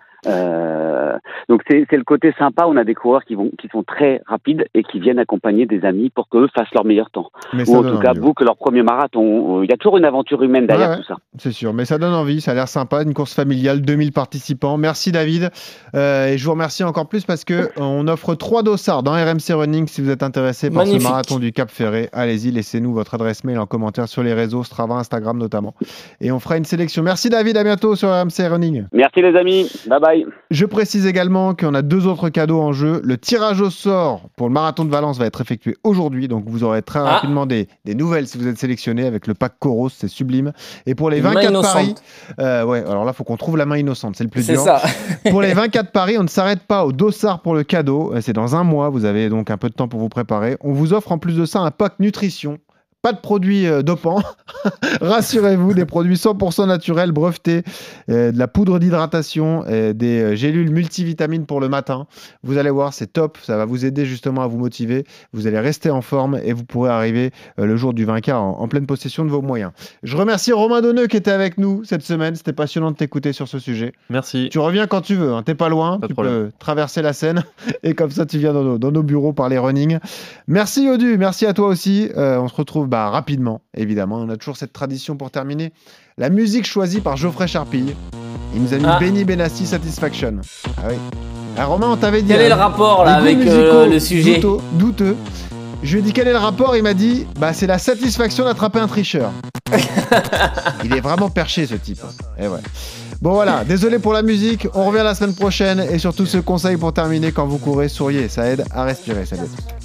Donc c'est le côté sympa. On a des coureurs qui sont très rapides et qui viennent accompagner des amis pour qu'eux fassent leur meilleur temps. Ou en tout cas bouclent leur premier marathon. Il y a toujours une aventure humaine derrière tout ça. C'est sûr, mais ça donne envie, ça a l'air sympa, une course familiale, 2000 participants. Merci David, et je vous remercie encore plus parce qu'on offre 3 dossards dans RMC Running si vous êtes intéressé par ce marathon du Cap Ferret. Allez-y, laissez-nous votre adresse mail en commentaire sur les réseaux, Strava, Instagram notamment. Et on fera une sélection. Merci David, à bientôt sur RMC Running. Merci les amis, bye bye. Je précise également qu'on a 2 autres cadeaux en jeu. Le tirage au sort pour le marathon de Valence va être effectué aujourd'hui, donc vous aurez très rapidement des nouvelles si vous êtes sélectionné avec le pack Coros, c'est sublime. Et pour les 24 paris, alors là, il faut qu'on trouve la main innocente, c'est le plus dur. C'est ça. Pour les 24 paris, on ne s'arrête pas au dossard pour le cadeau. C'est dans 1 mois, vous avez donc un peu de temps pour vous préparer. On vous offre en plus de ça un pack nutrition. Pas de produits dopants, rassurez-vous, des produits 100% naturels, brevetés, de la poudre d'hydratation, des gélules multivitamines pour le matin. Vous allez voir, c'est top, ça va vous aider justement à vous motiver. Vous allez rester en forme et vous pourrez arriver le jour du 20K en pleine possession de vos moyens. Je remercie Romain Donneux qui était avec nous cette semaine. C'était passionnant de t'écouter sur ce sujet. Merci. Tu reviens quand tu veux, hein. T'es pas loin, tu peux traverser la Seine et comme ça tu viens dans nos bureaux parler running. Merci Yodu, merci à toi aussi. On se retrouve rapidement, évidemment. On a toujours cette tradition pour terminer. La musique choisie par Geoffrey Charpille. Il nous a mis Benny Benassi Satisfaction. Ah oui. Alors Romain, on t'avait dit... Quel est le rapport là avec le sujet douteux. Je lui ai dit quel est le rapport, il m'a dit c'est la satisfaction d'attraper un tricheur. Il est vraiment perché ce type. Et ouais. Bon voilà, désolé pour la musique, on revient la semaine prochaine et surtout ce conseil pour terminer, quand vous courez, souriez, ça aide à respirer. Salut à tous.